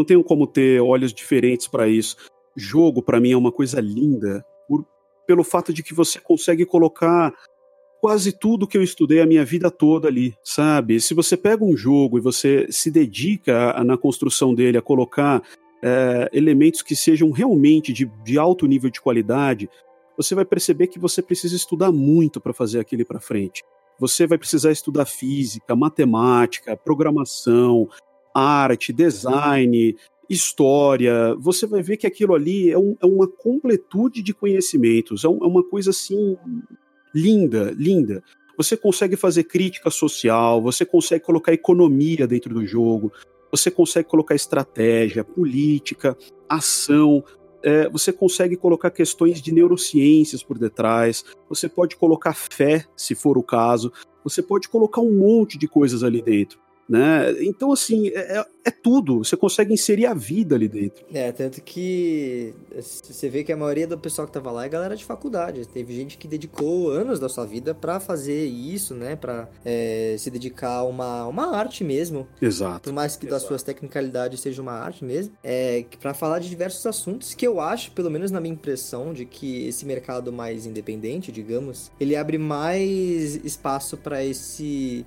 ter olhos diferentes pra isso. Jogo, pra mim, é uma coisa linda, pelo fato de que você consegue colocar quase tudo que eu estudei a minha vida toda ali, sabe? Se você pega um jogo e você se dedica na construção dele, a colocar elementos que sejam realmente de alto nível de qualidade, você vai perceber que você precisa estudar muito para fazer aquilo para frente. Você vai precisar estudar física, matemática, programação, arte, design, história. Você vai ver que aquilo ali é uma completude de conhecimentos, é uma coisa assim linda, linda. Você consegue fazer crítica social, você consegue colocar economia dentro do jogo, você consegue colocar estratégia, política, ação, você consegue colocar questões de neurociências por detrás, você pode colocar fé, se for o caso, você pode colocar um monte de coisas ali dentro, né? Então, assim, é tudo, você consegue inserir a vida ali dentro. Tanto que você vê que a maioria do pessoal que tava lá é galera de faculdade. Teve gente que dedicou anos da sua vida pra fazer isso, né? Pra se dedicar a uma arte mesmo. Exato. Por mais que das suas tecnicalidades seja uma arte mesmo. Pra falar de diversos assuntos que eu acho, pelo menos na minha impressão, de que esse mercado mais independente, digamos, ele abre mais espaço pra esse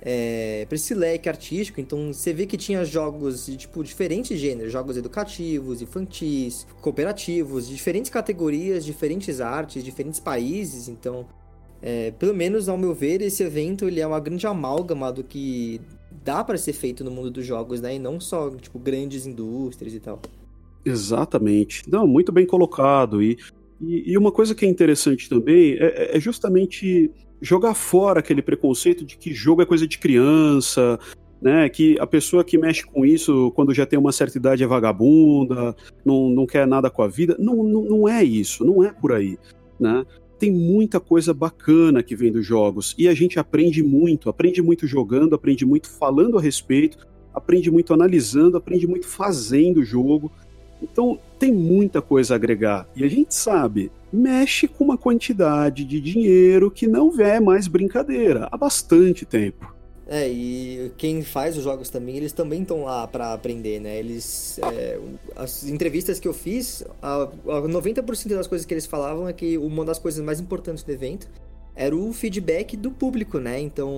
leque artístico. Então você vê que tinha jogos de tipo diferentes gêneros, jogos educativos, infantis, cooperativos, de diferentes categorias, diferentes artes, diferentes países. Então pelo menos ao meu ver, esse evento ele é uma grande amálgama do que dá para ser feito no mundo dos jogos, né? E não só tipo grandes indústrias e tal. Exatamente. Não, muito bem colocado. E uma coisa que é interessante também é justamente jogar fora aquele preconceito de que jogo é coisa de criança, né? Que a pessoa que mexe com isso quando já tem uma certa idade é vagabunda, não quer nada com a vida. Não é isso, não é por aí, né? Tem muita coisa bacana que vem dos jogos e a gente aprende muito jogando, aprende muito falando a respeito, aprende muito analisando, aprende muito fazendo o jogo. Então tem muita coisa a agregar e a gente sabe, mexe com uma quantidade de dinheiro que não é mais brincadeira há bastante tempo. E quem faz os jogos também, eles também estão lá pra aprender, né? Eles, as entrevistas que eu fiz, 90% das coisas que eles falavam é que uma das coisas mais importantes do evento era o feedback do público, né? Então,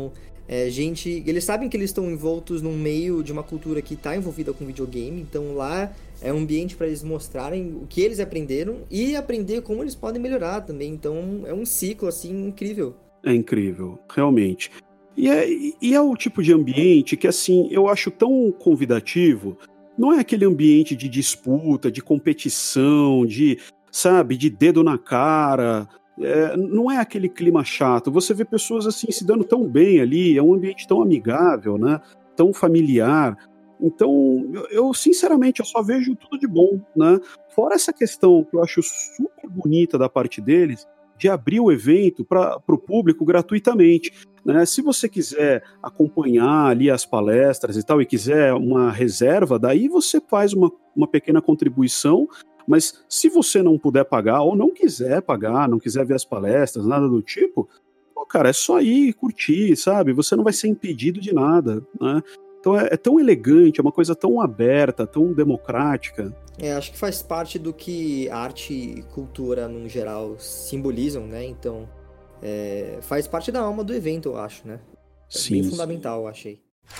Eles sabem que eles estão envoltos num meio de uma cultura que está envolvida com videogame, então lá é um ambiente para eles mostrarem o que eles aprenderam e aprender como eles podem melhorar também. Então é um ciclo assim incrível. É incrível, realmente. E é o tipo de ambiente que, assim, eu acho tão convidativo. Não é aquele ambiente de disputa, de competição, de dedo na cara. Não é aquele clima chato. Você vê pessoas, assim, se dando tão bem ali. É um ambiente tão amigável, né? Tão familiar. Então, eu sinceramente, eu só vejo tudo de bom, né? Fora essa questão que eu acho super bonita da parte deles, de abrir o evento para o público gratuitamente, né? Se você quiser acompanhar ali as palestras e tal, e quiser uma reserva, daí você faz uma pequena contribuição, mas se você não puder pagar, ou não quiser pagar, não quiser ver as palestras, nada do tipo, cara, é só ir curtir, sabe? Você não vai ser impedido de nada, né? Então é tão elegante, é uma coisa tão aberta, tão democrática. Acho que faz parte do que arte e cultura, no geral, simbolizam, né? Então, faz parte da alma do evento, eu acho, né? Sim. Bem fundamental, eu achei.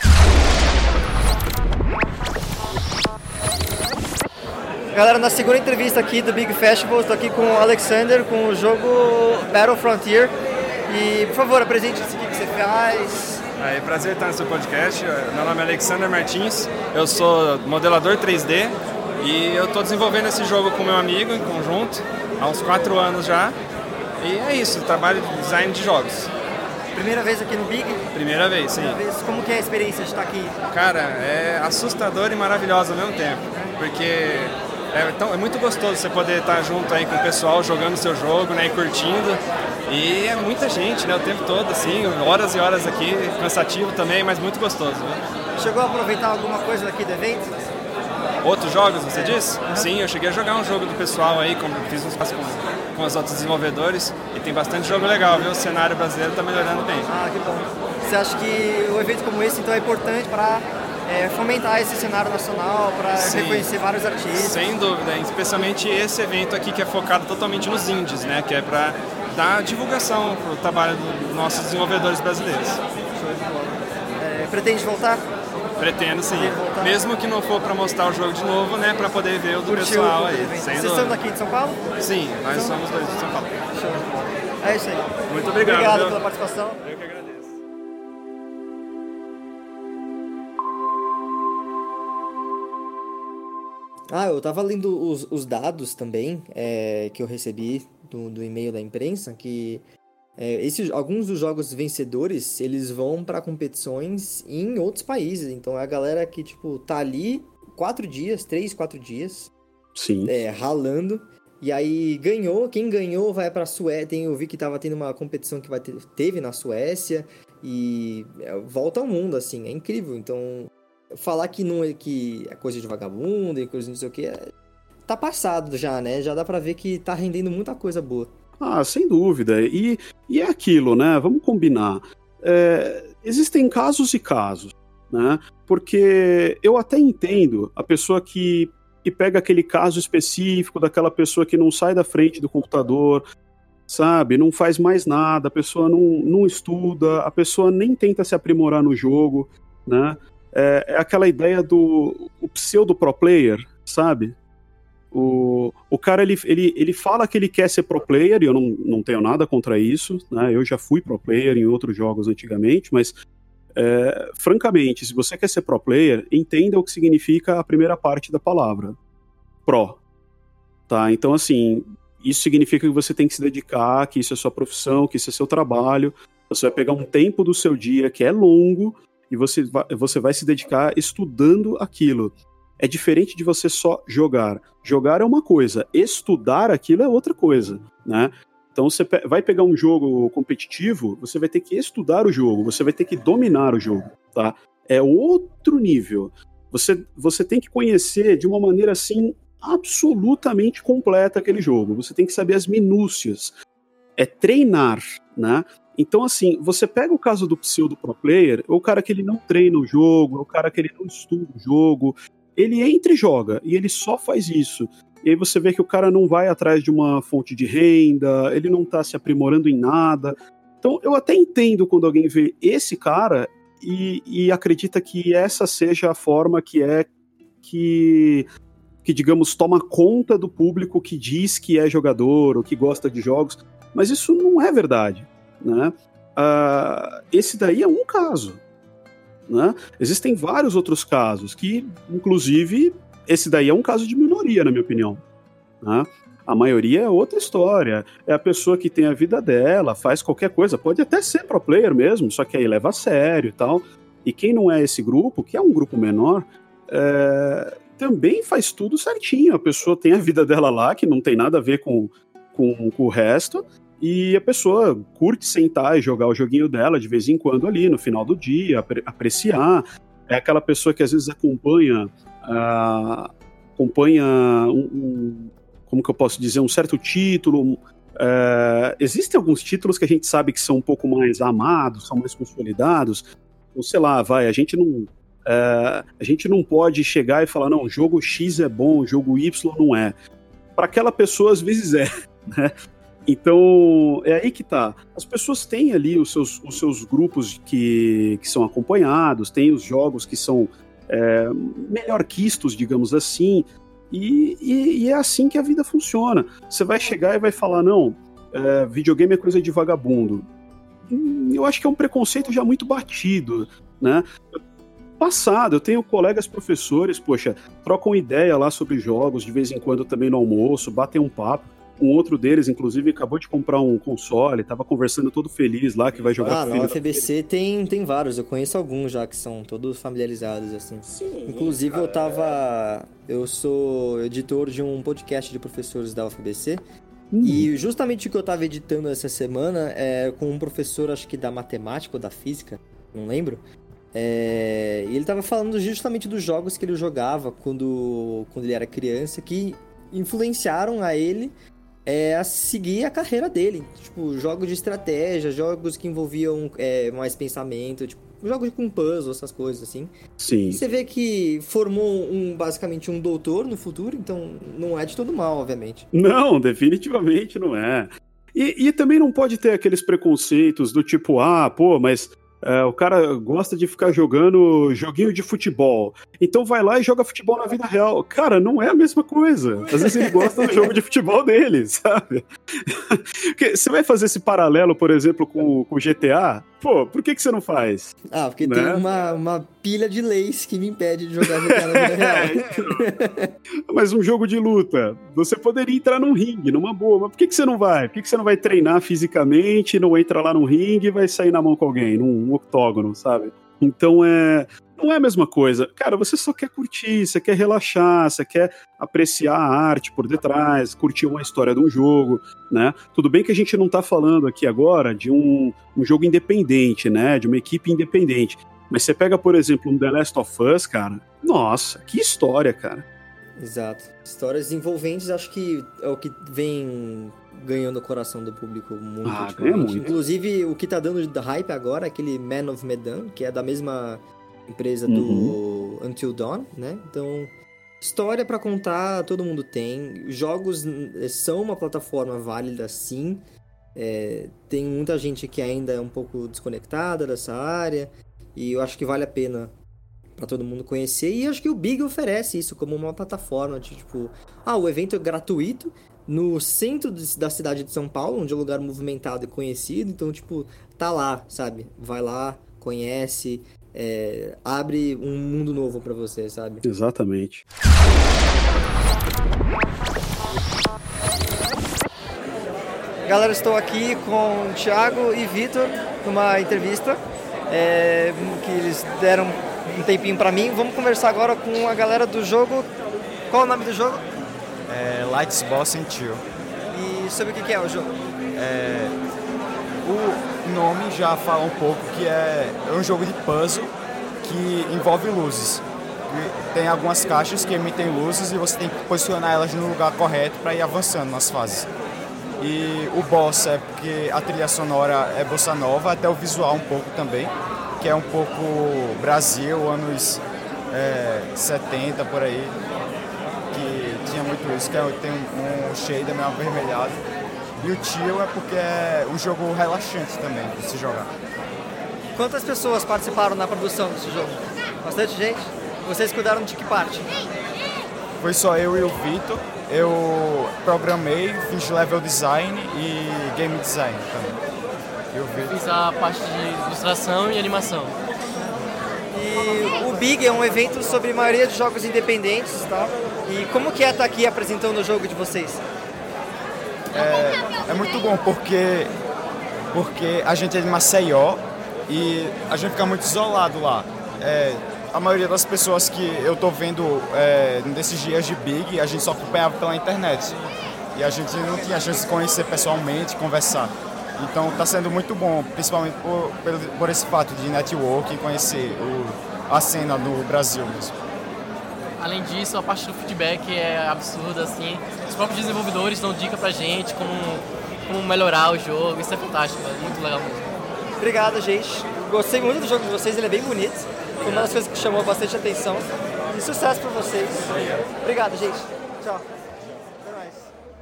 Galera, na segunda entrevista aqui do Big Festival, estou aqui com o Alexander, com o jogo Battle Frontier. E, por favor, apresente-se o que você faz. É prazer estar no seu podcast. Meu nome é Alexander Martins, eu sou modelador 3D e eu estou desenvolvendo esse jogo com meu amigo em conjunto há uns 4 anos já. E é isso, trabalho de design de jogos. Primeira vez aqui no Big? Primeira vez, sim. Como que é a experiência de estar aqui? Cara, é assustador e maravilhoso ao mesmo tempo, porque é muito gostoso você poder estar junto aí com o pessoal jogando seu jogo, né, e curtindo. E é muita gente, né, o tempo todo, assim, horas e horas aqui, cansativo também, mas muito gostoso, né? Chegou a aproveitar alguma coisa daqui do evento? Outros jogos, você disse? Uhum. Sim, eu cheguei a jogar um jogo do pessoal aí, fiz uns com os outros desenvolvedores, e tem bastante jogo legal, viu? O cenário brasileiro está melhorando bem. Ah, que bom. Você acha que o evento como esse, então, é importante para fomentar esse cenário nacional, para reconhecer vários artistas? Sem dúvida, especialmente esse evento aqui que é focado totalmente nos indies, né? Que é para dar divulgação para o trabalho dos nossos desenvolvedores brasileiros. Show de bola. Pretende voltar? Pretendo, sim. Mesmo que não for para mostrar o jogo de novo, né? Para poder ver o do pessoal aí. Vocês são daqui de São Paulo? Sim, nós somos dois de São Paulo. Show de bola. É isso aí. Muito obrigado. Obrigado pela participação. Eu que agradeço. Eu tava lendo os dados também que eu recebi do e-mail da imprensa, que alguns dos jogos vencedores, eles vão para competições em outros países. Então é a galera que, tá ali 3, 4 dias, sim, ralando. E aí quem ganhou vai pra Suécia. Eu vi que tava tendo uma competição que teve na Suécia. E volta ao mundo, assim, é incrível. Então, falar que não que é coisa de vagabundo e coisa não sei o que, tá passado já, né? Já dá pra ver que tá rendendo muita coisa boa. Sem dúvida. E é aquilo, né? Vamos combinar. Existem casos e casos, né? Porque eu até entendo a pessoa que pega aquele caso específico daquela pessoa que não sai da frente do computador, sabe? Não faz mais nada, a pessoa não estuda, a pessoa nem tenta se aprimorar no jogo, né? É aquela ideia do pseudo pro player, sabe? O cara, ele fala que ele quer ser pro player, e eu não tenho nada contra isso, né? Eu já fui pro player em outros jogos antigamente, mas francamente, se você quer ser pro player, entenda o que significa a primeira parte da palavra, pro, tá? Então, assim, isso significa que você tem que se dedicar, que isso é sua profissão, que isso é seu trabalho, você vai pegar um tempo do seu dia que é longo, e você vai se dedicar estudando aquilo. É diferente de você só jogar. Jogar é uma coisa, estudar aquilo é outra coisa, né? Então você vai pegar um jogo competitivo, você vai ter que estudar o jogo, você vai ter que dominar o jogo, tá? É outro nível. Você tem que conhecer de uma maneira, assim, absolutamente completa aquele jogo. Você tem que saber as minúcias. É treinar, né? Então, assim, você pega o caso do pseudo pro player, o cara que ele não treina o jogo, o cara que ele não estuda o jogo, ele entra e joga, e ele só faz isso. E aí você vê que o cara não vai atrás de uma fonte de renda, ele não tá se aprimorando em nada, Então, eu até entendo quando alguém vê esse cara e acredita que essa seja a forma que, digamos, toma conta do público que diz que é jogador ou que gosta de jogos, mas isso não é verdade, né? Esse daí é um caso, né? Existem vários outros casos que, inclusive, esse daí é um caso de minoria, na minha opinião, né? A maioria é outra história, é a pessoa que tem a vida dela, faz qualquer coisa, pode até ser pro player mesmo, só que aí leva a sério e tal, e quem não é esse grupo, que é um grupo menor, também faz tudo certinho, a pessoa tem a vida dela lá, que não tem nada a ver com o resto, e a pessoa curte sentar e jogar o joguinho dela de vez em quando ali, no final do dia, apreciar, é aquela pessoa que às vezes acompanha como que eu posso dizer, um certo título. Existem alguns títulos que a gente sabe que são um pouco mais amados, são mais consolidados, ou sei lá, a gente não pode chegar e falar, não, jogo X é bom, jogo Y não é. Para aquela pessoa, às vezes é, né? Então, é aí que tá. As pessoas têm ali os seus grupos que são acompanhados, têm os jogos que são melhor quistos, digamos assim, e é assim que a vida funciona. Você vai chegar e vai falar, não, videogame é coisa de vagabundo. Eu acho que é um preconceito já muito batido, né? Eu tenho colegas professores, poxa, trocam ideia lá sobre jogos, de vez em quando também no almoço, batem um papo. Um outro deles, inclusive, acabou de comprar um console, tava conversando todo feliz lá, que vai jogar com o filho. Na FBC tem vários, eu conheço alguns já que são todos familiarizados, assim. Sim, inclusive, eu sou editor de um podcast de professores da UFBC, e justamente o que eu tava editando essa semana é com um professor, acho que da matemática ou da física, não lembro, e ele tava falando justamente dos jogos que ele jogava quando ele era criança, que influenciaram a ele a seguir a carreira dele. Tipo, jogos de estratégia, jogos que envolviam mais pensamento, tipo, jogos com puzzle, essas coisas assim. Sim. E você vê que formou basicamente um doutor no futuro, então não é de todo mal, obviamente. Não, definitivamente não é. E também não pode ter aqueles preconceitos do tipo, mas o cara gosta de ficar jogando joguinho de futebol, então vai lá e joga futebol na vida real. Cara, não é a mesma coisa. Às vezes ele gosta do jogo de futebol dele, sabe? Porque você vai fazer esse paralelo, por exemplo, com o GTA? Pô, por que você não faz? Porque tem uma pilha de leis que me impede de jogar GTA na vida real. Mas um jogo de luta, você poderia entrar num ringue, numa boa, mas por que você não vai? Por que você não vai treinar fisicamente, não entra lá no ringue e vai sair na mão com alguém, num octógono, sabe? Então não é a mesma coisa. Cara, você só quer curtir, você quer relaxar, você quer apreciar a arte por detrás, curtir uma história de um jogo, né? Tudo bem que a gente não tá falando aqui agora de um jogo independente, né? De uma equipe independente. Mas você pega, por exemplo, um The Last of Us, cara, nossa, que história, cara. Exato. Histórias envolventes, acho que é o que vem ganhando o coração do público muito. Ganha muito. Inclusive, o que tá dando de hype agora é aquele Man of Medan, que é da mesma empresa do Until Dawn, né? Então, história pra contar, todo mundo tem. Jogos são uma plataforma válida, sim. Tem muita gente que ainda é um pouco desconectada dessa área, e eu acho que vale a pena pra todo mundo conhecer, e acho que o Big oferece isso como uma plataforma de, tipo, o evento é gratuito no centro da cidade de São Paulo, onde é um lugar movimentado e conhecido, então, tipo, tá lá, sabe? Vai lá, conhece, abre um mundo novo pra você, sabe? Exatamente. Galera, estou aqui com o Thiago e Vitor numa entrevista que eles deram um tempinho pra mim. Vamos conversar agora com a galera do jogo. Qual é o nome do jogo? Lights Boss and Chill. E sobre o que é o jogo? O nome já fala um pouco que é um jogo de puzzle que envolve luzes. Tem algumas caixas que emitem luzes e você tem que posicionar elas no lugar correto para ir avançando nas fases. E o boss é porque a trilha sonora é bossa nova, até o visual um pouco também, que é um pouco Brasil, anos 70 por aí, que tinha muito isso, que tem um shader meio avermelhado. E o chill é porque é um jogo relaxante também de se jogar. Quantas pessoas participaram na produção desse jogo? Bastante gente? Vocês cuidaram de que parte? Foi só eu e o Vitor. Eu programei, fiz level design e game design também. Eu fiz a parte de ilustração e animação. E o Big é um evento sobre a maioria de jogos independentes, tá? E como que é estar aqui apresentando o jogo de vocês? É muito bom porque a gente é de Maceió e a gente fica muito isolado lá. A maioria das pessoas que eu tô vendo nesses dias de Big, a gente só acompanhava pela internet. E a gente não tinha chance de conhecer pessoalmente, conversar. Então está sendo muito bom, principalmente por esse fato de networking, conhecer a cena no Brasil mesmo. Além disso, a parte do feedback é absurda, assim. Os próprios desenvolvedores dão dica pra gente como melhorar o jogo. Isso é fantástico, é muito legal mesmo. Obrigado, gente. Gostei muito do jogo de vocês, ele é bem bonito. Foi uma das coisas que chamou bastante atenção. E sucesso pra vocês. Obrigado, gente. Tchau. Até mais.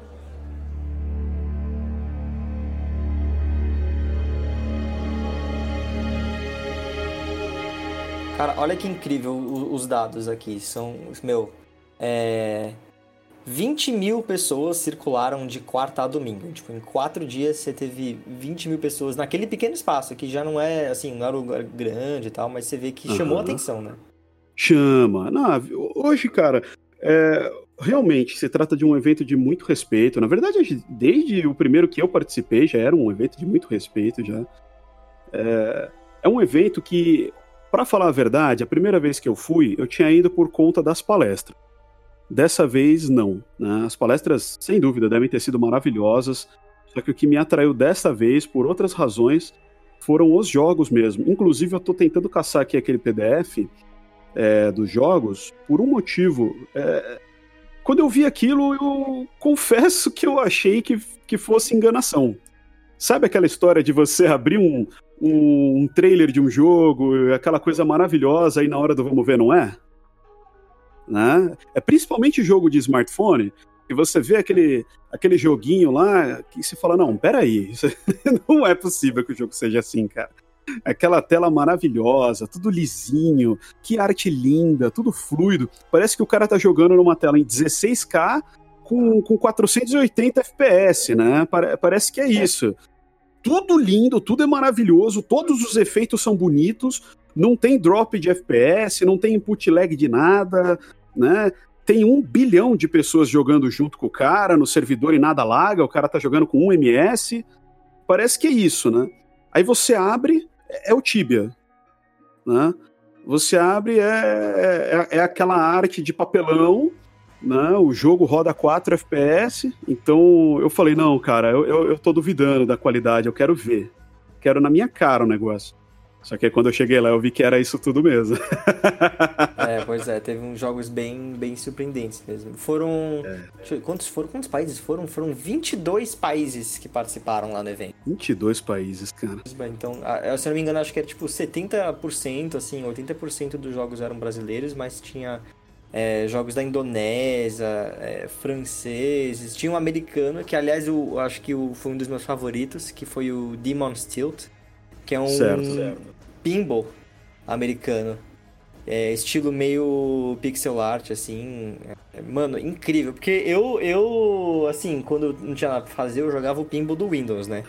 Cara, olha que incrível os dados aqui. São, 20 mil pessoas circularam de quarta a domingo. Tipo, em 4 dias você teve 20 mil pessoas naquele pequeno espaço, que já não é, assim, não era um lugar grande e tal, mas você vê que chamou a atenção, né? Chama. Não, hoje, cara, realmente se trata de um evento de muito respeito. Na verdade, desde o primeiro que eu participei, já era um evento de muito respeito, já. É um evento que, pra falar a verdade, a primeira vez que eu fui, eu tinha ido por conta das palestras. Dessa vez, não, né? As palestras, sem dúvida, devem ter sido maravilhosas, só que o que me atraiu dessa vez, por outras razões, foram os jogos mesmo. Inclusive, eu tô tentando caçar aqui aquele PDF dos jogos, por um motivo. Quando eu vi aquilo, eu confesso que eu achei que fosse enganação. Sabe aquela história de você abrir um trailer de um jogo, aquela coisa maravilhosa, e na hora do vamos ver não é? Né? É principalmente jogo de smartphone, que você vê aquele joguinho lá, que se fala, não, peraí, não é possível que o jogo seja assim, cara. Aquela tela maravilhosa, tudo lisinho, que arte linda, tudo fluido. Parece que o cara tá jogando numa tela em 16K com 480 FPS, né? Parece que é isso. Tudo lindo, tudo é maravilhoso, todos os efeitos são bonitos, não tem drop de FPS, não tem input lag de nada, né? Tem 1 bilhão de pessoas jogando junto com o cara no servidor e nada laga, o cara tá jogando com 1 ms. Parece que é isso, né? Aí você abre, é o Tibia, né? Você abre, é aquela arte de papelão, né? O jogo roda 4 FPS, então eu falei, não, cara, eu tô duvidando da qualidade, eu quero ver. Quero na minha cara o negócio. Só que aí quando eu cheguei lá eu vi que era isso tudo mesmo. Pois é, teve uns jogos bem surpreendentes mesmo. Foram... Quantos países foram? Foram 22 países que participaram lá no evento. 22 países, cara. Então, se eu não me engano, acho que era tipo 70%, assim, 80% dos jogos eram brasileiros, mas tinha jogos da Indonésia, franceses, tinha um americano, que aliás eu acho que foi um dos meus favoritos, que foi o Demon's Tilt, que é um pinball americano. Estilo meio pixel art, assim. Mano, incrível. Porque eu, assim, quando não tinha nada pra fazer, eu jogava o pinball do Windows, né?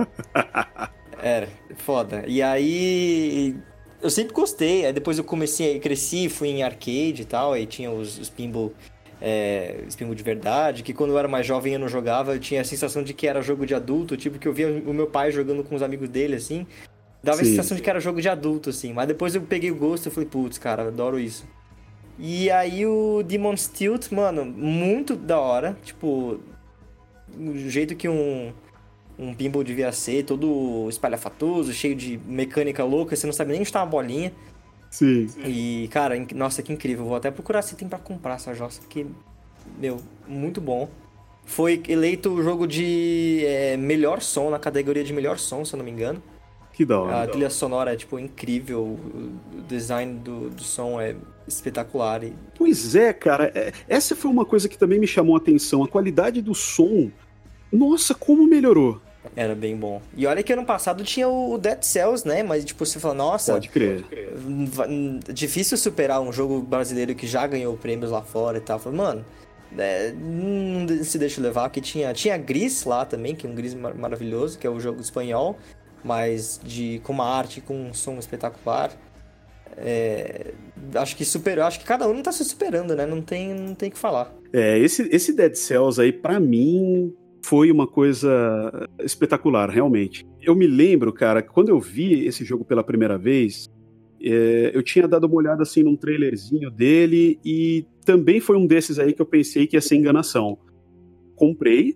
Era foda. E aí eu sempre gostei. Aí depois eu cresci, fui em arcade e tal. Aí tinha os pinball, os pinball de verdade. Que quando eu era mais jovem eu não jogava. Eu tinha a sensação de que era jogo de adulto. Tipo, que eu via o meu pai jogando com os amigos dele, assim. Dava a sensação de que era jogo de adulto, assim. Mas depois eu peguei o gosto e falei, putz, cara, adoro isso. E aí o Demon's Tilt, mano, muito da hora. Tipo, o jeito que um pinball devia ser, todo espalhafatoso, cheio de mecânica louca, você não sabe nem onde tá uma bolinha. Sim. E, cara, nossa, que incrível. Vou até procurar se tem pra comprar essa jossa, porque, muito bom. Foi eleito o jogo de melhor som, na categoria de melhor som, se eu não me engano. Que da hora. A trilha sonora é, tipo, incrível. O design do som é espetacular. Pois é, cara. Essa foi uma coisa que também me chamou a atenção. A qualidade do som Nossa, como melhorou. Era bem bom. E olha que ano passado tinha o Dead Cells, né? Mas, tipo, você fala, nossa... Pode crer. Difícil superar um jogo brasileiro que já ganhou prêmios lá fora e tal. Falei, mano, não se deixa levar, porque tinha Gris lá também, que é um Gris maravilhoso, que é o jogo espanhol, mas com uma arte, com um som espetacular. Acho que superou, acho que cada um tá se superando, né? Não tem o que falar. Esse Dead Cells aí, pra mim... foi uma coisa espetacular, realmente. Eu me lembro, cara, que quando eu vi esse jogo pela primeira vez, eu tinha dado uma olhada assim num trailerzinho dele e também foi um desses aí que eu pensei que ia ser enganação. Comprei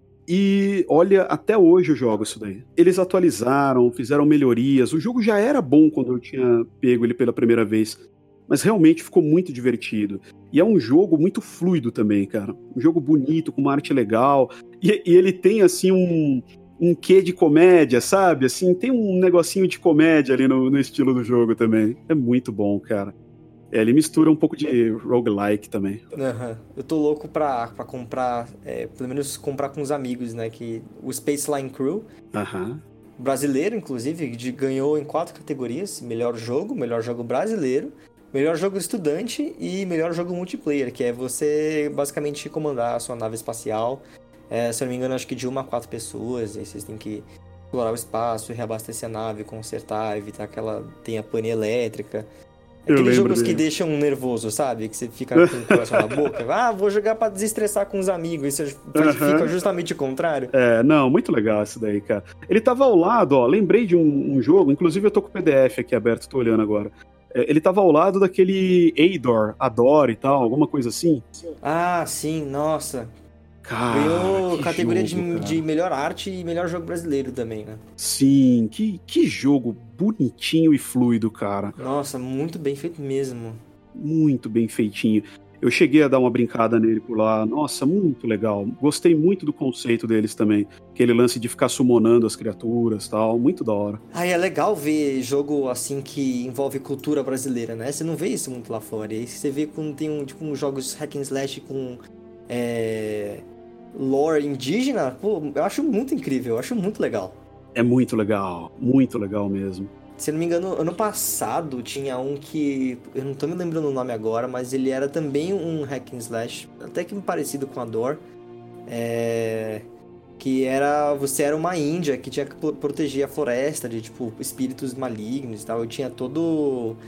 e, olha, até hoje eu jogo isso daí. Eles atualizaram, fizeram melhorias, o jogo já era bom quando eu tinha pego ele pela primeira vez, mas realmente ficou muito divertido. E é um jogo muito fluido também, cara. Um jogo bonito, com uma arte legal. E ele tem, assim, um quê de comédia, sabe? Assim, tem um negocinho de comédia ali no estilo do jogo também. É muito bom, cara. Ele mistura um pouco de roguelike também. Uhum. Eu tô louco pra comprar, pelo menos comprar com os amigos, né? Que o Space Line Crew, brasileiro, inclusive, ganhou em 4 categorias. Melhor jogo brasileiro, melhor jogo estudante e melhor jogo multiplayer, que é você basicamente comandar a sua nave espacial. Se eu não me engano, acho que de 1 a 4 pessoas, e aí vocês têm que explorar o espaço, reabastecer a nave, consertar, evitar que ela tenha pane elétrica. Aqueles jogos que deixam nervoso, sabe? Que você fica com o coração na boca. Vou jogar pra desestressar com os amigos. Isso fica justamente o contrário. Não, muito legal isso daí, cara. Ele tava ao lado, ó, lembrei de um jogo, inclusive eu tô com o PDF aqui aberto, tô olhando agora. Ele tava ao lado daquele Ador e tal, alguma coisa assim. Ah, sim, nossa. Cara, ganhou categoria jogo, de melhor arte e melhor jogo brasileiro também, né? Sim, que jogo bonitinho e fluido, cara. Nossa, muito bem feito mesmo. Muito bem feitinho. Eu cheguei a dar uma brincada nele por lá. Nossa, muito legal. Gostei muito do conceito deles também. Aquele lance de ficar summonando as criaturas e tal. Muito da hora. É legal ver jogo assim que envolve cultura brasileira, né? Você não vê isso muito lá fora. E aí você vê quando tem uns jogos hack and slash com... lore indígena, eu acho muito incrível, eu acho muito legal. É muito legal mesmo. Se eu não me engano, ano passado tinha um que, eu não tô me lembrando o nome agora, mas ele era também um hack and slash, até que parecido com a Door, que você era uma índia que tinha que proteger a floresta de, tipo, espíritos malignos e tal, eu tinha toda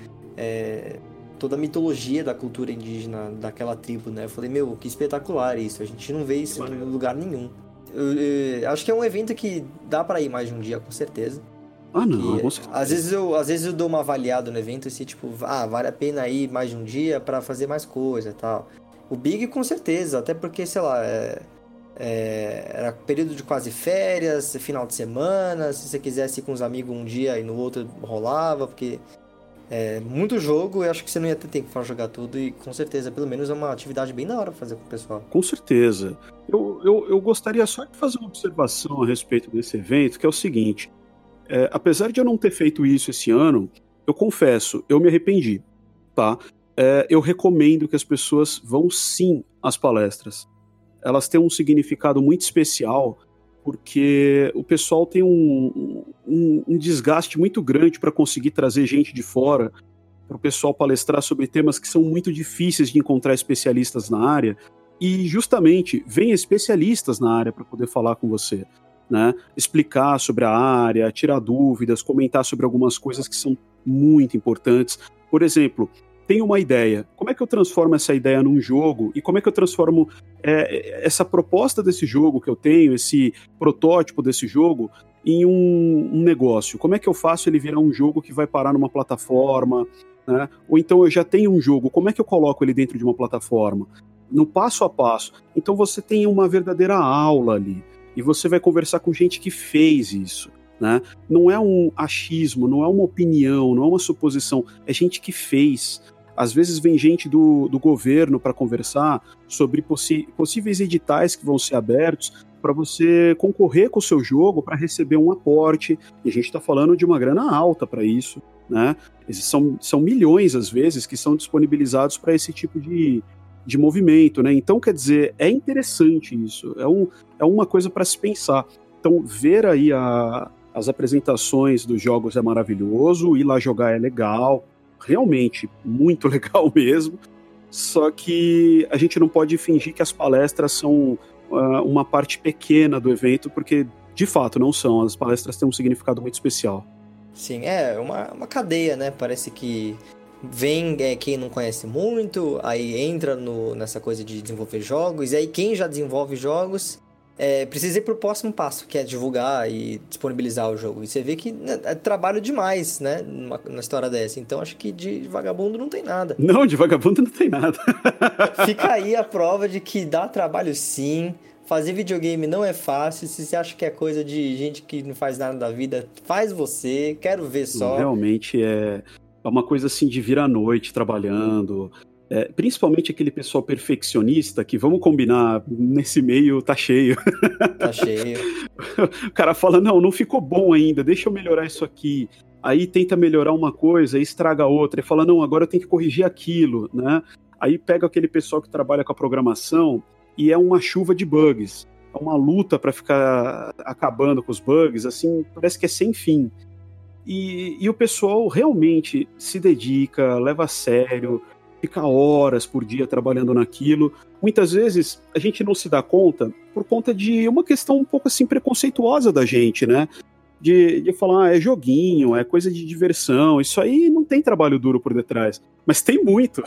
a mitologia da cultura indígena daquela tribo, né? Eu falei, que espetacular isso. A gente não vê isso em lugar nenhum. Eu acho que é um evento que dá pra ir mais de um dia, com certeza. Não, com certeza. Às vezes eu dou uma avaliada no evento e se, tipo, vale a pena ir mais de um dia pra fazer mais coisa e tal. O Big, com certeza, até porque, sei lá, era período de quase férias, final de semana, se você quisesse ir com os amigos um dia e no outro rolava, porque... muito jogo, eu acho que você não ia ter tempo pra jogar tudo e com certeza, pelo menos é uma atividade bem da hora pra fazer com o pessoal. Com certeza. Eu gostaria só de fazer uma observação a respeito desse evento, que é o seguinte, apesar de eu não ter feito isso esse ano, eu confesso, eu me arrependi, tá? Eu recomendo que as pessoas vão sim às palestras. Elas têm um significado muito especial, porque o pessoal tem um desgaste muito grande para conseguir trazer gente de fora, para o pessoal palestrar sobre temas que são muito difíceis de encontrar especialistas na área, e justamente vem especialistas na área para poder falar com você, né? Explicar sobre a área, tirar dúvidas, comentar sobre algumas coisas que são muito importantes. Por exemplo, tenho uma ideia, como é que eu transformo essa ideia num jogo e como é que eu transformo essa proposta desse jogo que eu tenho, esse protótipo desse jogo, em um negócio? Como é que eu faço ele virar um jogo que vai parar numa plataforma, né? Ou então eu já tenho um jogo, como é que eu coloco ele dentro de uma plataforma? No passo a passo. Então você tem uma verdadeira aula ali e você vai conversar com gente que fez isso, né? Não é um achismo, não é uma opinião, não é uma suposição, é gente que fez. Às vezes vem gente do governo para conversar sobre possíveis editais que vão ser abertos para você concorrer com o seu jogo para receber um aporte, e a gente está falando de uma grana alta para isso, né? São milhões, às vezes, que são disponibilizados para esse tipo de de movimento, né? Então, quer dizer, é interessante isso, é uma coisa para se pensar. Então, ver aí as apresentações dos jogos é maravilhoso, ir lá jogar é legal, realmente muito legal mesmo, só que a gente não pode fingir que as palestras são uma parte pequena do evento, porque de fato não são, as palestras têm um significado muito especial. Sim, é uma cadeia, né? Parece que vem quem não conhece muito, aí entra nessa coisa de desenvolver jogos, e aí quem já desenvolve jogos precisa ir pro próximo passo, que é divulgar e disponibilizar o jogo. E você vê que é trabalho demais, né? Na história dessa. Então acho que de vagabundo não tem nada. Não, de vagabundo não tem nada. Fica aí a prova de que dá trabalho sim. Fazer videogame não é fácil. Se você acha que é coisa de gente que não faz nada da vida, faz você. Quero ver só. Realmente é uma coisa assim de vir à noite trabalhando. Principalmente aquele pessoal perfeccionista que, vamos combinar, nesse meio tá cheio. Tá cheio. O cara fala, não ficou bom ainda, deixa eu melhorar isso aqui. Aí tenta melhorar uma coisa, aí estraga outra. E fala, não, agora eu tenho que corrigir aquilo, né? Aí pega aquele pessoal que trabalha com a programação e é uma chuva de bugs. É uma luta para ficar acabando com os bugs, assim, parece que é sem fim. E o pessoal realmente se dedica, leva a sério, fica horas por dia trabalhando naquilo. Muitas vezes a gente não se dá conta por conta de uma questão um pouco assim preconceituosa da gente, né? De falar, é joguinho, é coisa de diversão, isso aí não tem trabalho duro por detrás, mas tem muito.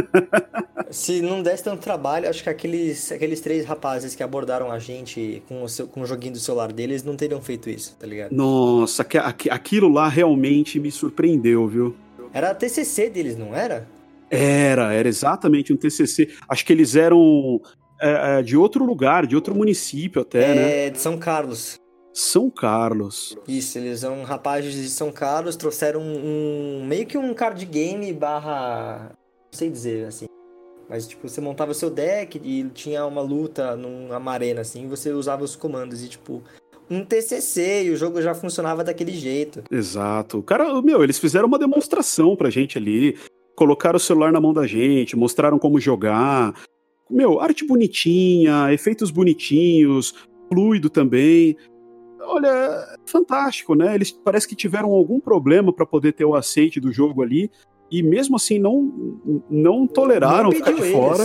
Se não desse tanto trabalho, acho que aqueles 3 rapazes que abordaram a gente com o joguinho do celular deles não teriam feito isso, tá ligado? Nossa, aquilo lá realmente me surpreendeu, viu? Era a TCC deles, não era? Era exatamente um TCC. Acho que eles eram de outro lugar, de outro município até, né? De São Carlos. São Carlos. Isso, eles são rapazes de São Carlos, trouxeram meio que um card game barra... não sei dizer, assim. Mas, tipo, você montava o seu deck e tinha uma luta numa arena, assim, e você usava os comandos e, tipo... um TCC, e o jogo já funcionava daquele jeito. Exato. Cara, eles fizeram uma demonstração pra gente ali, colocaram o celular na mão da gente, mostraram como jogar. Arte bonitinha, efeitos bonitinhos, fluido também. Olha, fantástico, né? Eles parece que tiveram algum problema para poder ter o aceite do jogo ali, e mesmo assim não toleraram ficar de fora.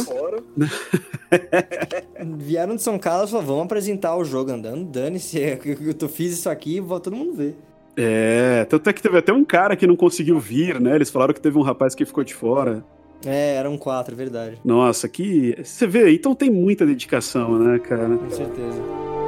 Vieram de São Carlos e falaram, vamos apresentar o jogo andando, dane-se, eu fiz isso aqui e todo mundo ver. Tanto é que teve até um cara que não conseguiu vir, né? Eles falaram que teve um rapaz que ficou de fora. Eram 4, verdade. Nossa, você vê, então tem muita dedicação, né, cara? Com certeza.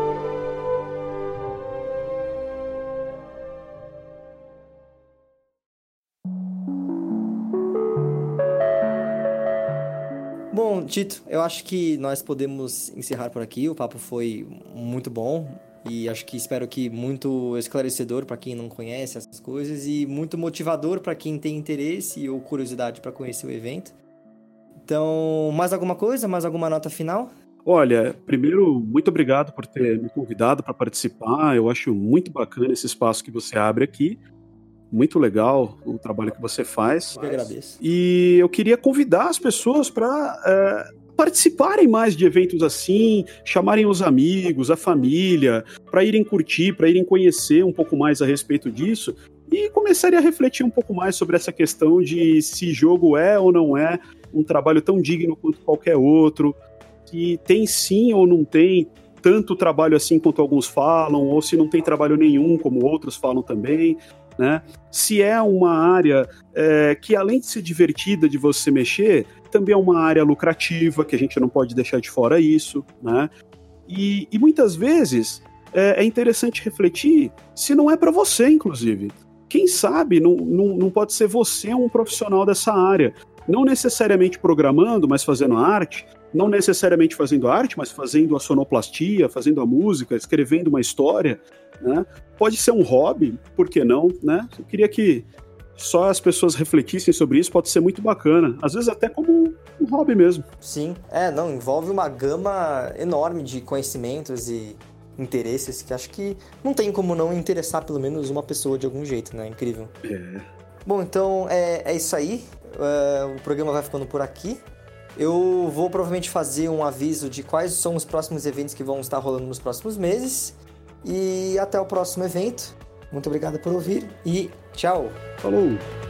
Bom, Tito, eu acho que nós podemos encerrar por aqui. O papo foi muito bom e espero que muito esclarecedor para quem não conhece essas coisas e muito motivador para quem tem interesse ou curiosidade para conhecer o evento. Então, mais alguma coisa? Mais alguma nota final? Olha, primeiro, muito obrigado por ter me convidado para participar. Eu acho muito bacana esse espaço que você abre aqui. Muito legal o trabalho que você faz. Eu agradeço. E eu queria convidar as pessoas para participarem mais de eventos assim, chamarem os amigos, a família, para irem curtir, para irem conhecer um pouco mais a respeito disso e começarem a refletir um pouco mais sobre essa questão de se jogo é ou não é um trabalho tão digno quanto qualquer outro, se tem sim ou não tem tanto trabalho assim quanto alguns falam, ou se não tem trabalho nenhum, como outros falam também. Né? Se é uma área que, além de ser divertida de você mexer, também é uma área lucrativa, que a gente não pode deixar de fora isso, né? E muitas vezes é interessante refletir se não é para você, inclusive. Quem sabe não pode ser você um profissional dessa área, não necessariamente programando, mas fazendo arte, não necessariamente fazendo arte, mas fazendo a sonoplastia, fazendo a música, escrevendo uma história, né? Pode ser um hobby, por que não, né? Eu queria que só as pessoas refletissem sobre isso, pode ser muito bacana. Às vezes até como um hobby mesmo. Sim, envolve uma gama enorme de conhecimentos e interesses que acho que não tem como não interessar pelo menos uma pessoa de algum jeito, né? Incrível. Bom, então é isso aí. O programa vai ficando por aqui. Eu vou provavelmente fazer um aviso de quais são os próximos eventos que vão estar rolando nos próximos meses. E até o próximo evento. Muito obrigado por ouvir e tchau! Falou!